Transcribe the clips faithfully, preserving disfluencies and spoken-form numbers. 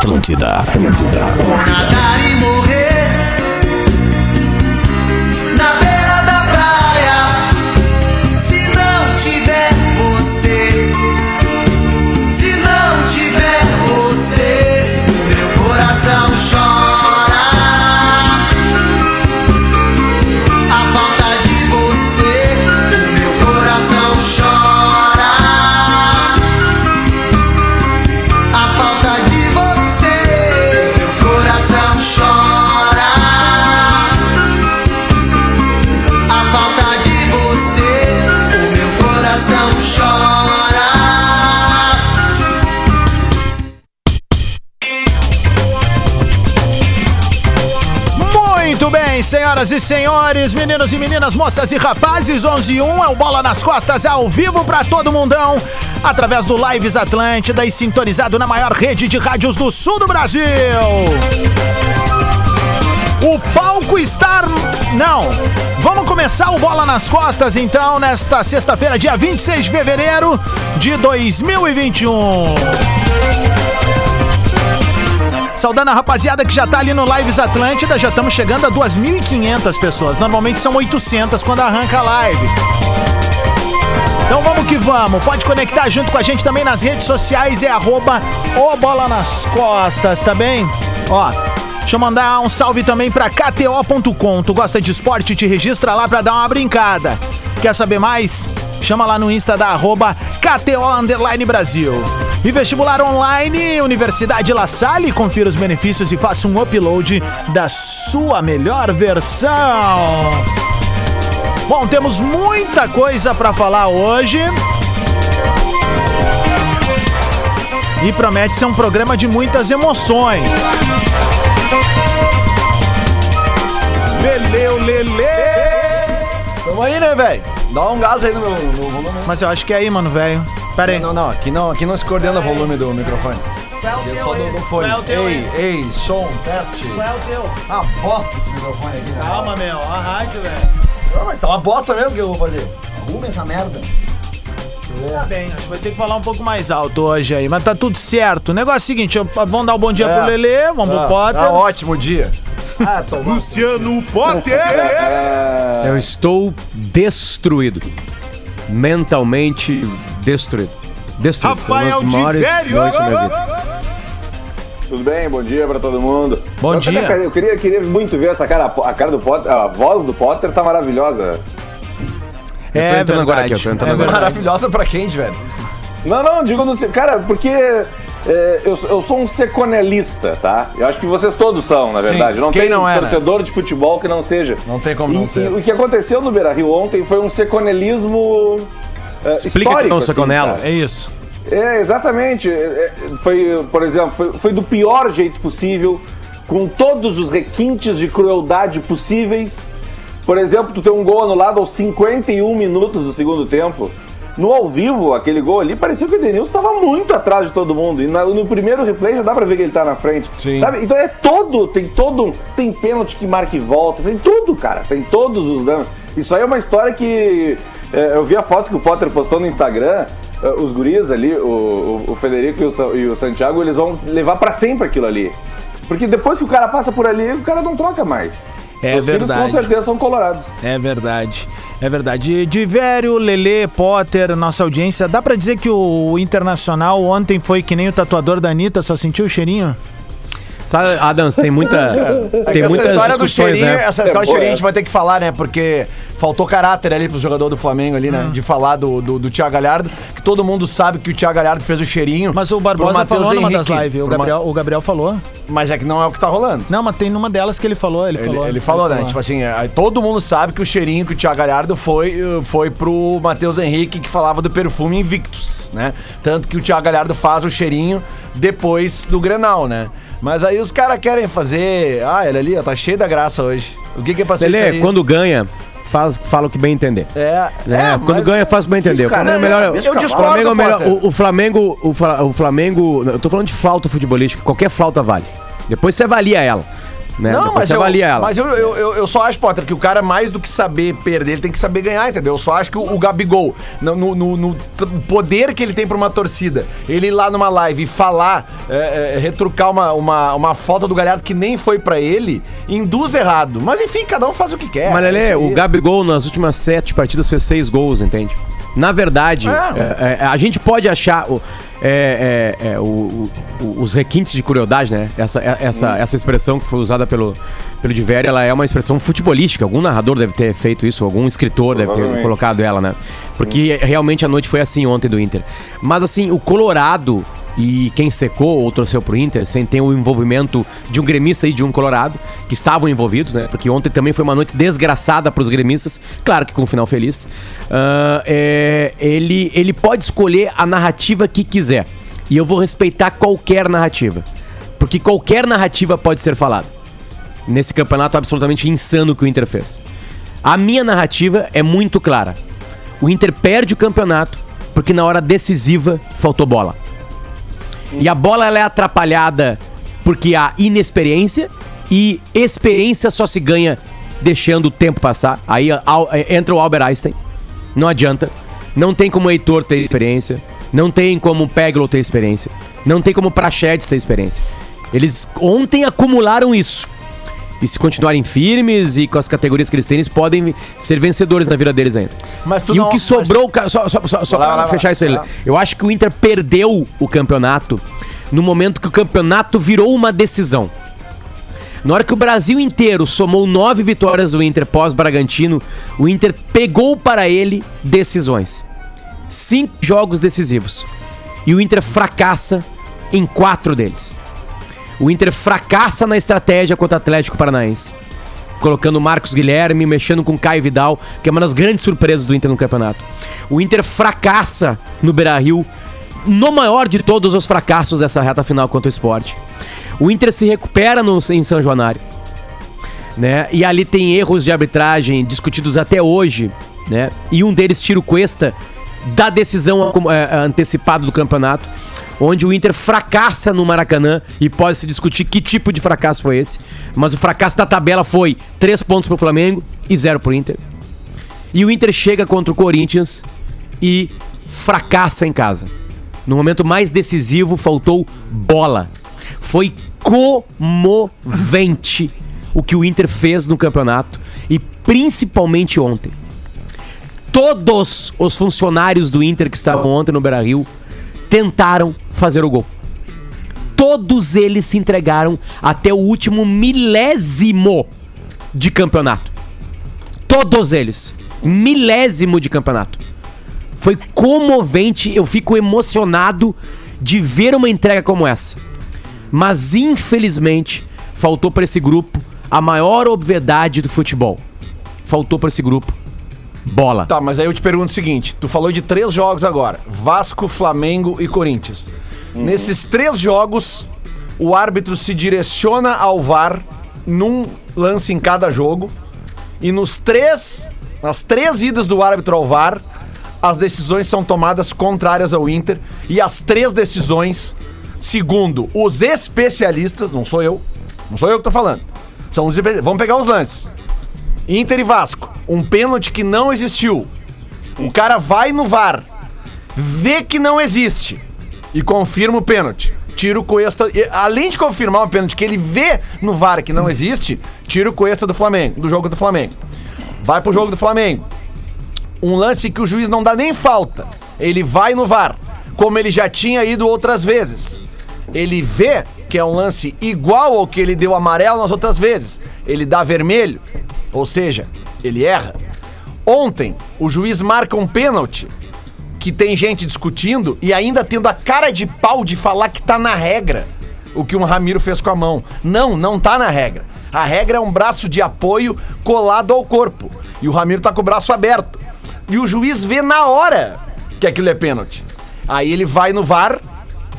Atlântida. Atlântida. Nadar e morrer na beira da praia. Se não tiver você, se não tiver você, meu coração chora. A falta de você, meu coração chora. A falta de você, meu coração chora. A falta de você, o meu coração chora. Muito bem, senhoras e senhores, meninos e meninas, moças e rapazes, onze e um é o Bola nas Costas ao vivo pra todo mundão, através do Lives Atlântida e sintonizado na maior rede de rádios do sul do Brasil. O palco está... Não, vamos começar o Bola nas Costas então, nesta sexta-feira, dia vinte e seis de fevereiro de dois mil e vinte e um. Saudando a rapaziada que já tá ali no Lives Atlântida, já estamos chegando a duas mil e quinhentas pessoas. Normalmente são oitocentas quando arranca a live. Então vamos que vamos. Pode conectar junto com a gente também nas redes sociais, é arroba o Bola nas Costas, tá bem? Ó, deixa eu mandar um salve também pra K T O ponto com. Tu gosta de esporte? Te registra lá pra dar uma brincada. Quer saber mais? Chama lá no Insta da arroba K T O Underline Brasil. E vestibular online, Universidade La Salle, confira os benefícios e faça um upload da sua melhor versão. Bom, temos muita coisa pra falar hoje. E promete ser um programa de muitas emoções. Leleu, lele. Tamo aí, né, velho? Dá um gás aí no meu, no meu volume. Mas eu acho que é aí, mano, velho. Pera aí. Não, não, aqui não, aqui não se coordena o volume do microfone. É só do, do fone. Ei, ei, som, teste. Qual é o teu? Ah, bosta esse microfone aqui, né? Calma, meu, a rádio, velho. Não, mas tá uma bosta mesmo que eu vou fazer. Arruma essa merda. Tá bem, acho que vai ter que falar um pouco mais alto hoje aí, mas tá tudo certo. O negócio é o seguinte, eu, vamos dar um bom dia é. pro Lelê, vamos ah, pro Potter. Tá ótimo dia. Ah, Luciano Potter! Eu estou destruído. Mentalmente destruído. Destruído. Rafael de Velho! Tudo bem? Bom dia pra todo mundo. Bom eu dia. Queria, eu queria, queria muito ver essa cara, a cara do Potter, a voz do Potter tá maravilhosa. É, é verdade. Agora aqui, eu tô entrando é agora. Maravilhosa pra quem, velho? Não, não, digo no... Cara, porque é, eu, eu sou um seconelista, tá? Eu acho que vocês todos são, na verdade. Sim, não quem tem não é, torcedor né? de futebol que não seja. Não tem como e, não ser. E o que aconteceu no Beira-Rio ontem foi um seconelismo uh, Explica histórico. Que não seconela. Assim, é isso. É, exatamente. Foi, por exemplo, foi, foi do pior jeito possível, com todos os requintes de crueldade possíveis. Por exemplo, tu tem um gol anulado aos cinquenta e um minutos do segundo tempo. No ao vivo, aquele gol ali, parecia que o Edenilson estava muito atrás de todo mundo. E no, no primeiro replay já dá pra ver que ele tá na frente. Sim. Sabe? Então é todo, tem todo, tem pênalti que marca e volta, tem tudo, cara. Tem todos os danos. Isso aí é uma história que... É, eu vi a foto que o Potter postou no Instagram. Os guris ali, o, o, o Federico e o, e o Santiago, eles vão levar pra sempre aquilo ali. Porque depois que o cara passa por ali, o cara não troca mais. É Os verdade. filhos com certeza são colorados. É verdade. É verdade. De Vério, Lelê, Potter, nossa audiência, dá pra dizer que o Internacional ontem foi que nem o tatuador da Anitta, só sentiu o cheirinho? Sabe, Adams, tem muita. É tem essa muitas história do discussões, cheirinho, né? essa história do cheirinho a gente vai ter que falar, né? Porque faltou caráter ali pro jogador do Flamengo ali, né? Hum. De falar do, do, do Thiago Galhardo, que todo mundo sabe que o Thiago Galhardo fez o cheirinho. Mas o Barbosa falou numa das lives, o Gabriel, uma... o Gabriel falou. Mas é que não é o que tá rolando. Não, mas tem numa delas que ele falou, ele, ele falou. Ele falou, ele né? falou. Tipo assim, aí todo mundo sabe que o cheirinho que o Thiago Galhardo foi, foi pro Matheus Henrique, que falava do perfume Invictus, né? Tanto que o Thiago Galhardo faz o cheirinho depois do Grenal, né? Mas aí os caras querem fazer... Ah, ele ali, ó, tá cheio da graça hoje. O que que é pra ser Lelê, quando ganha, faz, fala o que bem entender. É, né? é Quando ganha, faz o que bem entender. O Flamengo é melhor. Eu discordo, o Flamengo é melhor. O, o Flamengo, o, o Flamengo, eu tô falando de flauta futebolística, qualquer flauta vale. Depois você avalia ela. né? Não, Depois mas você eu, avalia ela. mas eu, eu, eu, eu só acho, Potter, que o cara, mais do que saber perder, ele tem que saber ganhar, entendeu? Eu só acho que o, o Gabigol, no, no, no, no poder que ele tem pra uma torcida, ele ir lá numa live e falar, é, é, retrucar uma, uma, uma falta do Galhardo que nem foi pra ele, induz errado. Mas enfim, cada um faz o que quer. Mas, Lelê, é o Gabigol nas últimas sete partidas fez seis gols, entende? Na verdade, é, é, a gente pode achar o, é, é, é, o, o, os requintes de crueldade, né? Essa, essa, hum. essa expressão que foi usada pelo, pelo Divério, ela é uma expressão futebolística. Algum narrador deve ter feito isso, algum escritor deve ter colocado ela, né? Porque hum. realmente a noite foi assim ontem do Inter. Mas assim, o Colorado e quem secou ou torceu pro Inter, sem ter o envolvimento de um gremista e de um colorado, que estavam envolvidos, né? Porque ontem também foi uma noite desgraçada pros gremistas, claro que com um final feliz. Uh, é, ele, ele pode escolher a narrativa que quiser. E eu vou respeitar qualquer narrativa. Porque qualquer narrativa pode ser falada. Nesse campeonato absolutamente insano que o Inter fez. A minha narrativa é muito clara. O Inter perde o campeonato porque na hora decisiva faltou bola. E a bola ela é atrapalhada porque há inexperiência, e experiência só se ganha deixando o tempo passar. Aí entra o Albert Einstein. Não adianta. Não tem como o Heitor ter experiência. Não tem como o Peglo ter experiência. Não tem como o Praxedes ter experiência. Eles ontem acumularam isso. E se continuarem firmes e com as categorias que eles têm, eles podem ser vencedores na vida deles ainda. Mas tu e não, o que sobrou... Mas... Só, só, só, só pra fechar isso aí. Eu acho que o Inter perdeu o campeonato no momento que o campeonato virou uma decisão. Na hora que o Brasil inteiro somou nove vitórias do Inter pós-Bragantino, o Inter pegou para ele decisões. Cinco jogos decisivos. E o Inter fracassa em quatro deles. O Inter fracassa na estratégia contra o Atlético Paranaense, colocando o Marcos Guilherme, mexendo com o Caio Vidal, que é uma das grandes surpresas do Inter no campeonato. O Inter fracassa no Beira-Rio, no maior de todos os fracassos dessa reta final contra o Sport. O Inter se recupera no, em São Januário, né? E ali tem erros de arbitragem discutidos até hoje, né? E um deles tira o Cuesta da decisão é, antecipada do campeonato, onde o Inter fracassa no Maracanã, e pode se discutir que tipo de fracasso foi esse, mas o fracasso da tabela foi três pontos pro Flamengo e zero pro Inter. E o Inter chega contra o Corinthians e fracassa em casa. No momento mais decisivo, faltou bola. Foi comovente o que o Inter fez no campeonato, e principalmente ontem. Todos os funcionários do Inter que estavam ontem no Beira-Rio tentaram fazer o gol. Todos eles se entregaram até o último milésimo de campeonato. Todos eles. Milésimo de campeonato. Foi comovente, eu fico emocionado de ver uma entrega como essa. Mas infelizmente faltou para esse grupo a maior obviedade do futebol. Faltou para esse grupo bola. Tá, mas aí eu te pergunto o seguinte, tu falou de três jogos agora, Vasco, Flamengo e Corinthians. Uhum. Nesses três jogos, o árbitro se direciona ao V A R num lance em cada jogo, e nos três, nas três idas do árbitro ao V A R, as decisões são tomadas contrárias ao Inter, e as três decisões, segundo os especialistas, não sou eu, não sou eu que tô falando, são os especialistas. Vamos pegar os lances. Inter e Vasco, um pênalti que não existiu. O cara vai no V A R, vê que não existe e confirma o pênalti. Tira o Cuesta, e, além de confirmar o pênalti que ele vê no V A R que não existe, tira o Cuesta do Flamengo, do jogo do Flamengo. Vai pro jogo do Flamengo. Um lance que o juiz não dá nem falta. Ele vai no V A R, como ele já tinha ido outras vezes. Ele vê que é um lance igual ao que ele deu amarelo nas outras vezes. Ele dá vermelho. Ou seja, ele erra. Ontem, o juiz marca um pênalti que tem gente discutindo e ainda tendo a cara de pau de falar que tá na regra o que o Ramiro fez com a mão. Não, não tá na regra. A regra é um braço de apoio colado ao corpo. E o Ramiro tá com o braço aberto. E o juiz vê na hora que aquilo é pênalti. Aí ele vai no V A R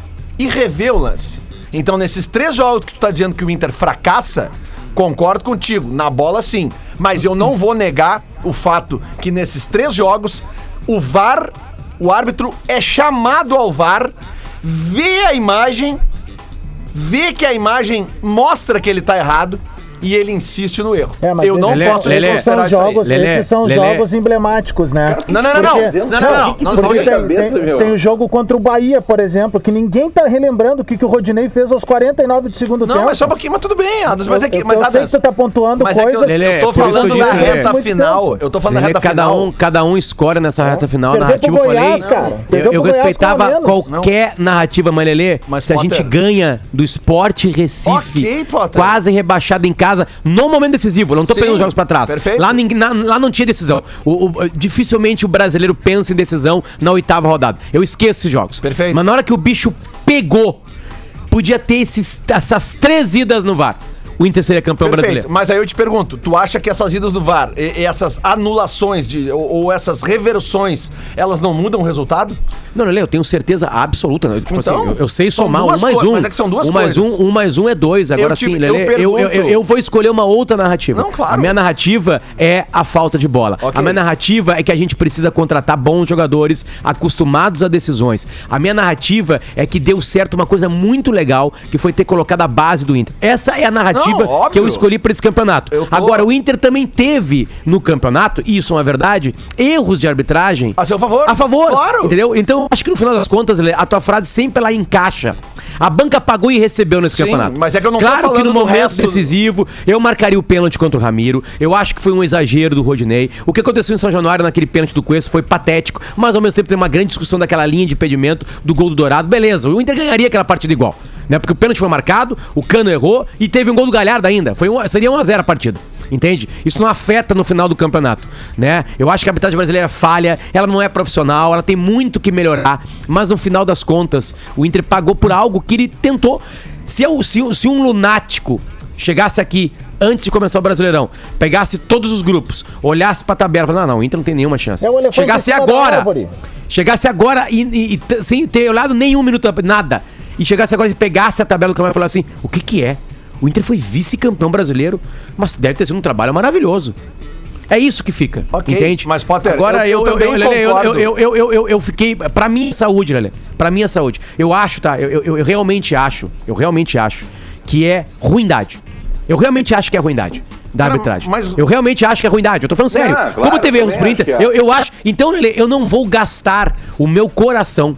e revê o lance. Então, nesses três jogos que tu tá dizendo que o Inter fracassa, concordo contigo, na bola sim, mas eu não vou negar o fato que nesses três jogos o V A R, o árbitro é chamado ao V A R, vê a imagem, vê que a imagem mostra que ele tá errado, e ele insiste no erro. É, mas eu não Lelê, posso Lelê, esses são desconsiderar isso aí. jogos, Lelê, esses são Lelê. jogos emblemáticos, né? Não, não, não, não. Porque- Não, não, não. Nós Porque vamos- tem, cabeça, tem- meu. tem o jogo contra o Bahia, por exemplo, que ninguém tá relembrando o que, que o Rodinei fez aos quarenta e nove do segundo Não, tempo. mas só um pouquinho, mas tudo bem, Adams. Mas é que. Eu- Mas, eu sei Adams, que tu tá pontuando mas é que eu, coisas- Lelê, eu tô por isso que falando eu da disse, Lelê. reta Muito final. tempo. Eu tô falando da Lelê, reta cada final. um, cada um escolhe nessa reta final. Perdeu Narrativa, pro eu falei. Goiás, cara. Eu, Perdeu eu pro Goiás respeitava com a menos. qualquer narrativa, mas Lelê, Mas, se a Potter- gente ganha do Sport Recife, Ok, Potter. quase rebaixado em casa, no momento decisivo, eu não tô Sim, pegando os jogos pra trás. perfeito. Lá, ninguém- na- lá não tinha decisão. O, o- dificilmente o brasileiro pensa em decisão na oitava rodada. Eu esqueço esses jogos. Perfeito. Mas na hora que o bicho pegou, podia ter esses, essas três idas no V A R. O Inter seria campeão Perfeito, brasileiro. mas aí eu te pergunto, tu acha que essas idas do V A R, e, e essas anulações de, ou, ou essas reversões, elas não mudam o resultado? Não, Lelê, eu tenho certeza absoluta. né? Tipo Então, assim, eu, eu sei são somar um duas mais coisas, um. mas é que são duas um mais um, coisas. um mais um é dois. Agora Eu te- sim, eu Lelê, eu, eu, eu, pergunto- eu vou escolher uma outra narrativa. Não, claro. A minha narrativa é a falta de bola. Ok. A minha narrativa é que a gente precisa contratar bons jogadores acostumados a decisões. A minha narrativa é que deu certo uma coisa muito legal, que foi ter colocado a base do Inter. Essa é a narrativa Não, óbvio. que eu escolhi para esse campeonato. Eu tô- Agora, o Inter também teve no campeonato, e isso é uma verdade, erros de arbitragem A seu favor. a favor. Claro. Entendeu? Então, acho que no final das contas, Lelê, a tua frase sempre ela encaixa. A banca pagou e recebeu nesse Sim, campeonato. mas é que eu não tô Claro que falando no do momento resto do- decisivo, eu marcaria o pênalti contra o Ramiro. Eu acho que foi um exagero do Rodinei. O que aconteceu em São Januário naquele pênalti do Cuesta foi patético, mas ao mesmo tempo tem uma grande discussão daquela linha de impedimento do gol do Dourado. Beleza, o Inter ganharia aquela partida igual. Né? Porque o pênalti foi marcado, o Cano errou e teve um gol do Galhardo ainda. Foi um, seria um a zero a partida. Entende? Isso não afeta no final do campeonato, né? Eu acho que a arbitragem brasileira falha, ela não é profissional, ela tem muito que melhorar, mas no final das contas, o Inter pagou por algo que ele tentou. Se, eu, se, se um lunático chegasse aqui antes de começar o Brasileirão, pegasse todos os grupos, olhasse pra tabela, falasse, não, não, o Inter não tem nenhuma chance. É o elefante Chegasse em cima da agora, árvore. chegasse agora e, e- e t- sem ter olhado nenhum minuto, nada, e chegasse agora e pegasse a tabela do campeonato e falasse assim, o que que é? O Inter foi vice-campeão brasileiro, mas deve ter sido um trabalho maravilhoso. É isso que fica, Ok, entende? mas, Potter, agora eu- eu, eu eu, também eu, Lelê, eu, concordo. eu, eu, eu, eu, eu fiquei, pra minha saúde, Lelê, pra minha saúde, eu acho, tá, eu, eu, eu realmente acho, eu realmente acho que é ruindade. Eu realmente acho que é ruindade da Cara, arbitragem. mas- Eu realmente acho que é ruindade, eu tô falando sério. claro, Como teve erros também pro Inter, acho que é. eu, eu acho... Então, Lelê, eu não vou gastar o meu coração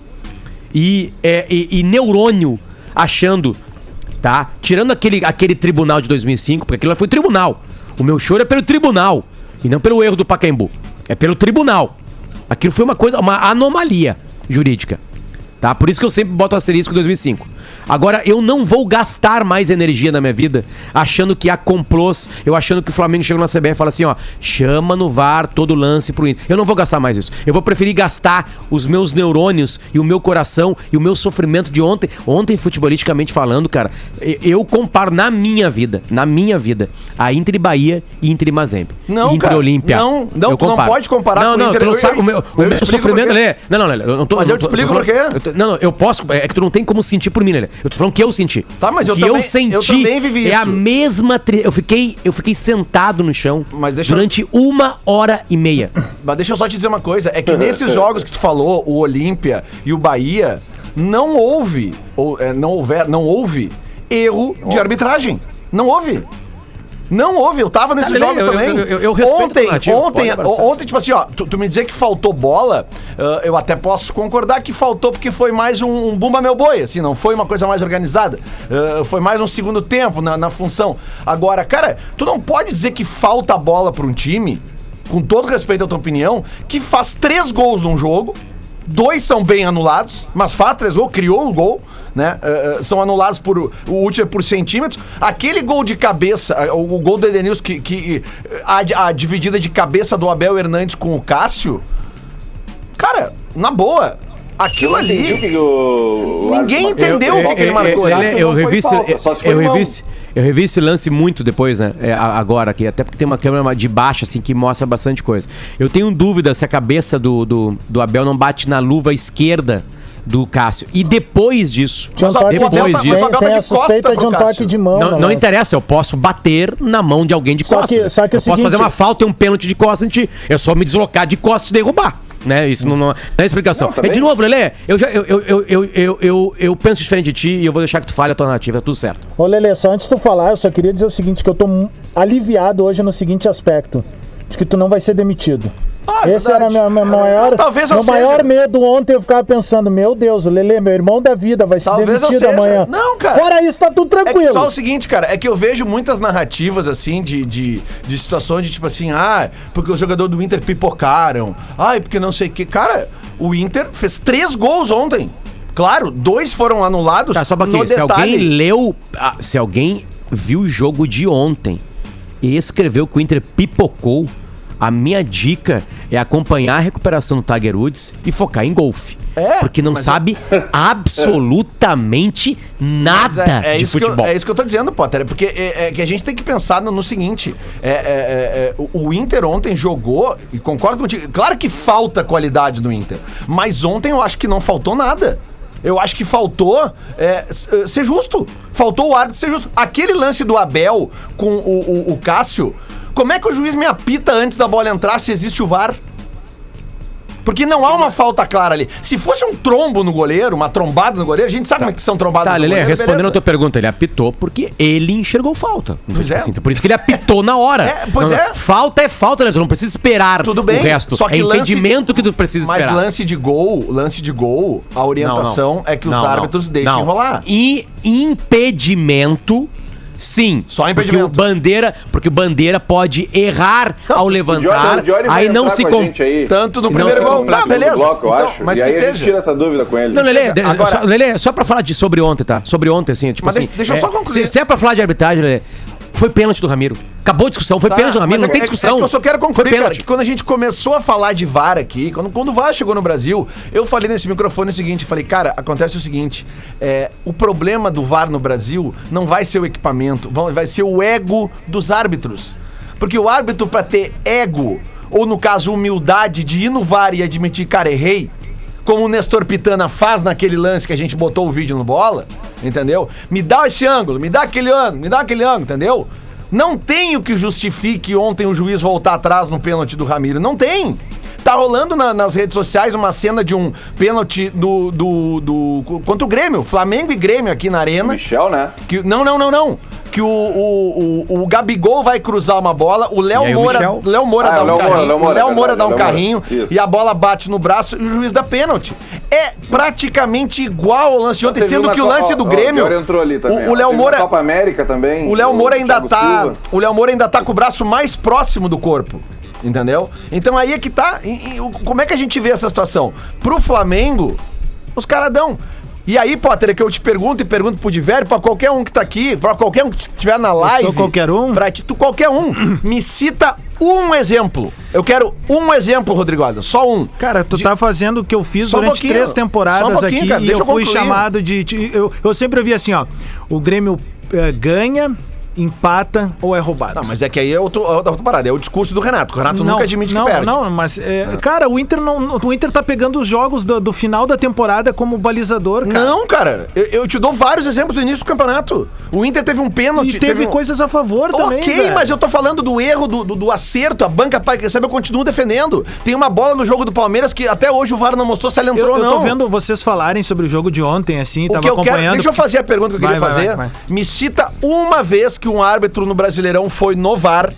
e, é, e, e neurônio achando, tá? Tirando aquele, aquele tribunal de dois mil e cinco, porque aquilo lá foi tribunal. O meu choro é pelo tribunal e não pelo erro do Pacaembu. É pelo tribunal. Aquilo foi uma coisa, uma anomalia jurídica, tá? Por isso que eu sempre boto asterisco dois mil e cinco. Agora, eu não vou gastar mais energia na minha vida achando que há complôs, eu achando que o Flamengo chega na C B F e fala assim, ó, chama no V A R todo lance pro Inter. Eu não vou gastar mais isso. Eu vou preferir gastar os meus neurônios e o meu coração e o meu sofrimento de ontem. Ontem, futebolisticamente falando, cara, e- eu comparo na minha vida, na minha vida, a Inter e Bahia e Inter e Mazembe. Não, Inter cara, e Olímpia. não, não, Eu tu não comparo. pode comparar não, com o não, Inter. tu não Eu- sabe, o meu, eu o meu explico sofrimento, por quê. Lelê. Não, não, Lelê, eu não tô... Mas não eu te tô- tô explico falando- por quê. eu tô- Não, não, eu posso, é que tu não tem como sentir por mim, Lelê. Eu tô falando que eu senti. Tá, mas O eu que também- eu senti eu também vivi é a isso. mesma... Tri... Eu, fiquei, eu fiquei sentado no chão Mas deixa eu- durante uma hora e meia. Mas deixa eu só te dizer uma coisa, é que nesses jogos que tu falou, o Olímpia e o Bahia, não houve, ou, é, não houver, não houve erro de arbitragem. Não houve. Não houve, eu tava nesses Lelê, jogos eu- também. eu- eu- eu respeito ontem, o narrativo, ontem, pode abraçar. ontem, tipo assim, ó, tu, tu me dizer que faltou bola, ah, eu até posso concordar que faltou porque foi mais um, um bumba meu boi, assim, não foi uma coisa mais organizada. Ah, foi mais um segundo tempo na, na função. Agora, cara, tu não pode dizer que falta bola pra um time, com todo respeito à tua opinião, que faz três gols num jogo, dois são bem anulados, mas faz três gols, criou o gol, né? Uh, uh, são anulados por. O último é por centímetros. Aquele gol de cabeça, uh, o, o gol do Edenilson, que, que uh, a, a dividida de cabeça do Abel Hernandes com o Cássio. Cara, na boa, aquilo Eu entendi o ali. que o- o Ninguém árbitro- entendeu o que, que ele marcou. Eu, Acho eu, que eu não foi revi esse- falta, só se foi eu mão. revi esse- eu revi esse lance muito depois, né? É, a- agora aqui, até porque tem uma câmera de baixo, assim, que mostra bastante coisa. Eu tenho dúvida se a cabeça do, do, do Abel não bate na luva esquerda do Cássio. E depois disso, Tinha um Mas o toque Abel depois tá- disso, mas o tem, Abel tá tem a de costa suspeita pro de um Cássio. toque de mão. Não, no não lance. interessa, eu posso bater na mão de alguém de Só costas. que- só que é eu o posso seguinte- fazer uma falta e um pênalti de costas, a gente- é só me deslocar de costas e derrubar. Né? Isso não, não, não é explicação. Não, também. É, de novo, Lelê, eu, já, eu, eu, eu, eu, eu, eu, eu penso diferente de ti e eu vou deixar que tu fale a tua narrativa, tá tudo certo. Ô Lelê, só antes de tu falar, eu só queria dizer o seguinte, que eu tô mu- aliviado hoje no seguinte aspecto, de que tu não vai ser demitido. Ah, Esse verdade. era meu, meu maior, Talvez eu meu seja. maior medo ontem. Eu ficava pensando, meu Deus, o Lelê, meu irmão da vida, vai ser Talvez eu demitido seja. amanhã. Não, cara. Fora isso, tá tudo É que tranquilo. só o seguinte, cara, é que eu vejo muitas narrativas, assim, de, de, de situações de tipo assim, ah, porque os jogadores do Inter pipocaram, ai, porque não sei o que. Cara, o Inter fez três gols ontem. Claro, dois foram anulados. Tá, só pra no quê? Se detalhe. alguém leu, ah, se alguém viu o jogo de ontem e escreveu que o Inter pipocou, a minha dica é acompanhar a recuperação do Tiger Woods e focar em golfe. É, porque não mas sabe absolutamente nada Mas é, é de isso que eu, futebol. é isso que eu tô dizendo, Potter. É porque é, é que a gente tem que pensar no, no seguinte: é, é, é, o, o Inter ontem jogou, e concordo contigo, claro que falta qualidade no Inter, mas ontem eu acho que não faltou nada. Eu acho que faltou é, ser justo. Faltou o árbitro ser justo. Aquele lance do Abel com o, o, o Cássio, como é que o juiz me apita antes da bola entrar se existe o V A R? Porque não há uma falta clara ali. Se fosse um trombo no goleiro, uma trombada no goleiro, a gente sabe como é que são trombadas Tá, no Lelê, goleiro. respondendo beleza. a tua pergunta, ele apitou porque ele enxergou falta. Pois Tipo é. assim, por isso que ele apitou na hora. É, pois Não, é. Falta é falta, né? Tu não precisa esperar Tudo bem, o resto. só que é lance- impedimento que tu precisa Mas esperar. lance de gol, lance de gol, a orientação Não, não. é que os Não, não. árbitros deixem Não. rolar. E impedimento, sim. Só Porque impedimento. o Bandeira, porque o Bandeira pode errar ao levantar, O Johnny vai aí não entrar se com a com... gente aí. Tanto no Não, primeiro se gol, comprar tá, no beleza. bloco, eu Então, acho. mas e que aí a gente seja. tira essa dúvida com ele. Não, Lelê, de- Agora- só, Lelê, só pra falar de, sobre ontem, tá? Sobre ontem, assim, tipo Mas assim... deixa- deixa eu só concluir. Se, se é pra falar de arbitragem, Lelê, foi pênalti do Ramiro. Acabou a discussão, foi Tá, pênalti do Ramiro, mas não é tem que- é discussão. que eu só quero Foi concluir, cara, pênalti. que quando a gente começou a falar de V A R aqui, quando, quando o V A R chegou no Brasil, eu falei nesse microfone o seguinte, falei, cara, acontece o seguinte, é, o problema do V A R no Brasil não vai ser o equipamento, vão- vai ser o ego dos árbitros. Porque o árbitro, pra ter ego, ou no caso, humildade de ir no V A R e admitir, cara, errei, como o Nestor Pitana faz naquele lance que a gente botou o vídeo no Bola, entendeu? Me dá esse ângulo, me dá aquele ângulo, me dá aquele ângulo, entendeu? Não tem o que justifique ontem o juiz voltar atrás no pênalti do Ramiro, não tem. Tá rolando na- nas redes sociais uma cena de um pênalti do, do, do- contra o Grêmio, Flamengo e Grêmio aqui na arena. Michel, né? Que, não, não, não, não. Que o, o, o, o Gabigol vai cruzar uma bola, o Léo E aí o Moura, Michel? Léo Moura Ah, dá o um Léo Moura, carrinho, Léo Moura, o Léo Moura verdade, dá um Léo Moura. carrinho Isso. e a bola bate no braço e o juiz dá pênalti. É praticamente igual ao lance de ontem, Teve sendo uma que o co- lance ó, do ó, Grêmio, O Diori entrou ali também. o, o ó. Léo Teve Moura, na Copa América também. o Léo Moura ainda Thiago tá, Silva. o Léo Moura ainda tá com o braço mais próximo do corpo. Entendeu? Então aí é que tá. E, e o- como é que a gente vê essa situação? Pro Flamengo, os caras dão. E aí, Potter, é que eu te pergunto e pergunto pro Diverio, pra qualquer um que tá aqui, pra qualquer um que estiver na live. sou qualquer um? Pra ti, tu, qualquer um. Me cita um exemplo. Eu quero um exemplo, Rodrigo Adams, só um. Cara, tu De- tá fazendo o que eu fiz Só um durante pouquinho, três só temporadas um pouquinho, aqui cara, e deixa eu eu fui concluir. chamado de. de- eu, eu sempre ouvi assim, ó. O Grêmio eh, ganha, empata ou é roubado. Não, mas é que aí é outro, outra parada. É o discurso do Renato. O Renato nunca admite não, que perde. Não, mas, é, cara, o Inter, não, o Inter tá pegando os jogos do, do final da temporada como balizador, cara. Não, cara, eu, eu te dou vários exemplos do início do campeonato. O Inter teve um pênalti. E teve um- coisas a favor também, Ok, velho. mas eu tô falando do erro, do, do, do acerto, a banca pai que recebe, eu continuo defendendo. Tem uma bola no jogo do Palmeiras que até hoje o V A R não mostrou se ela Eu, entrou eu ou tô não. vendo vocês falarem sobre o jogo de ontem, assim, O tava que eu quero, acompanhando. deixa eu fazer a pergunta que eu Vai, queria vai, fazer. vai, vai. Me cita uma vez que um árbitro no Brasileirão foi no V A R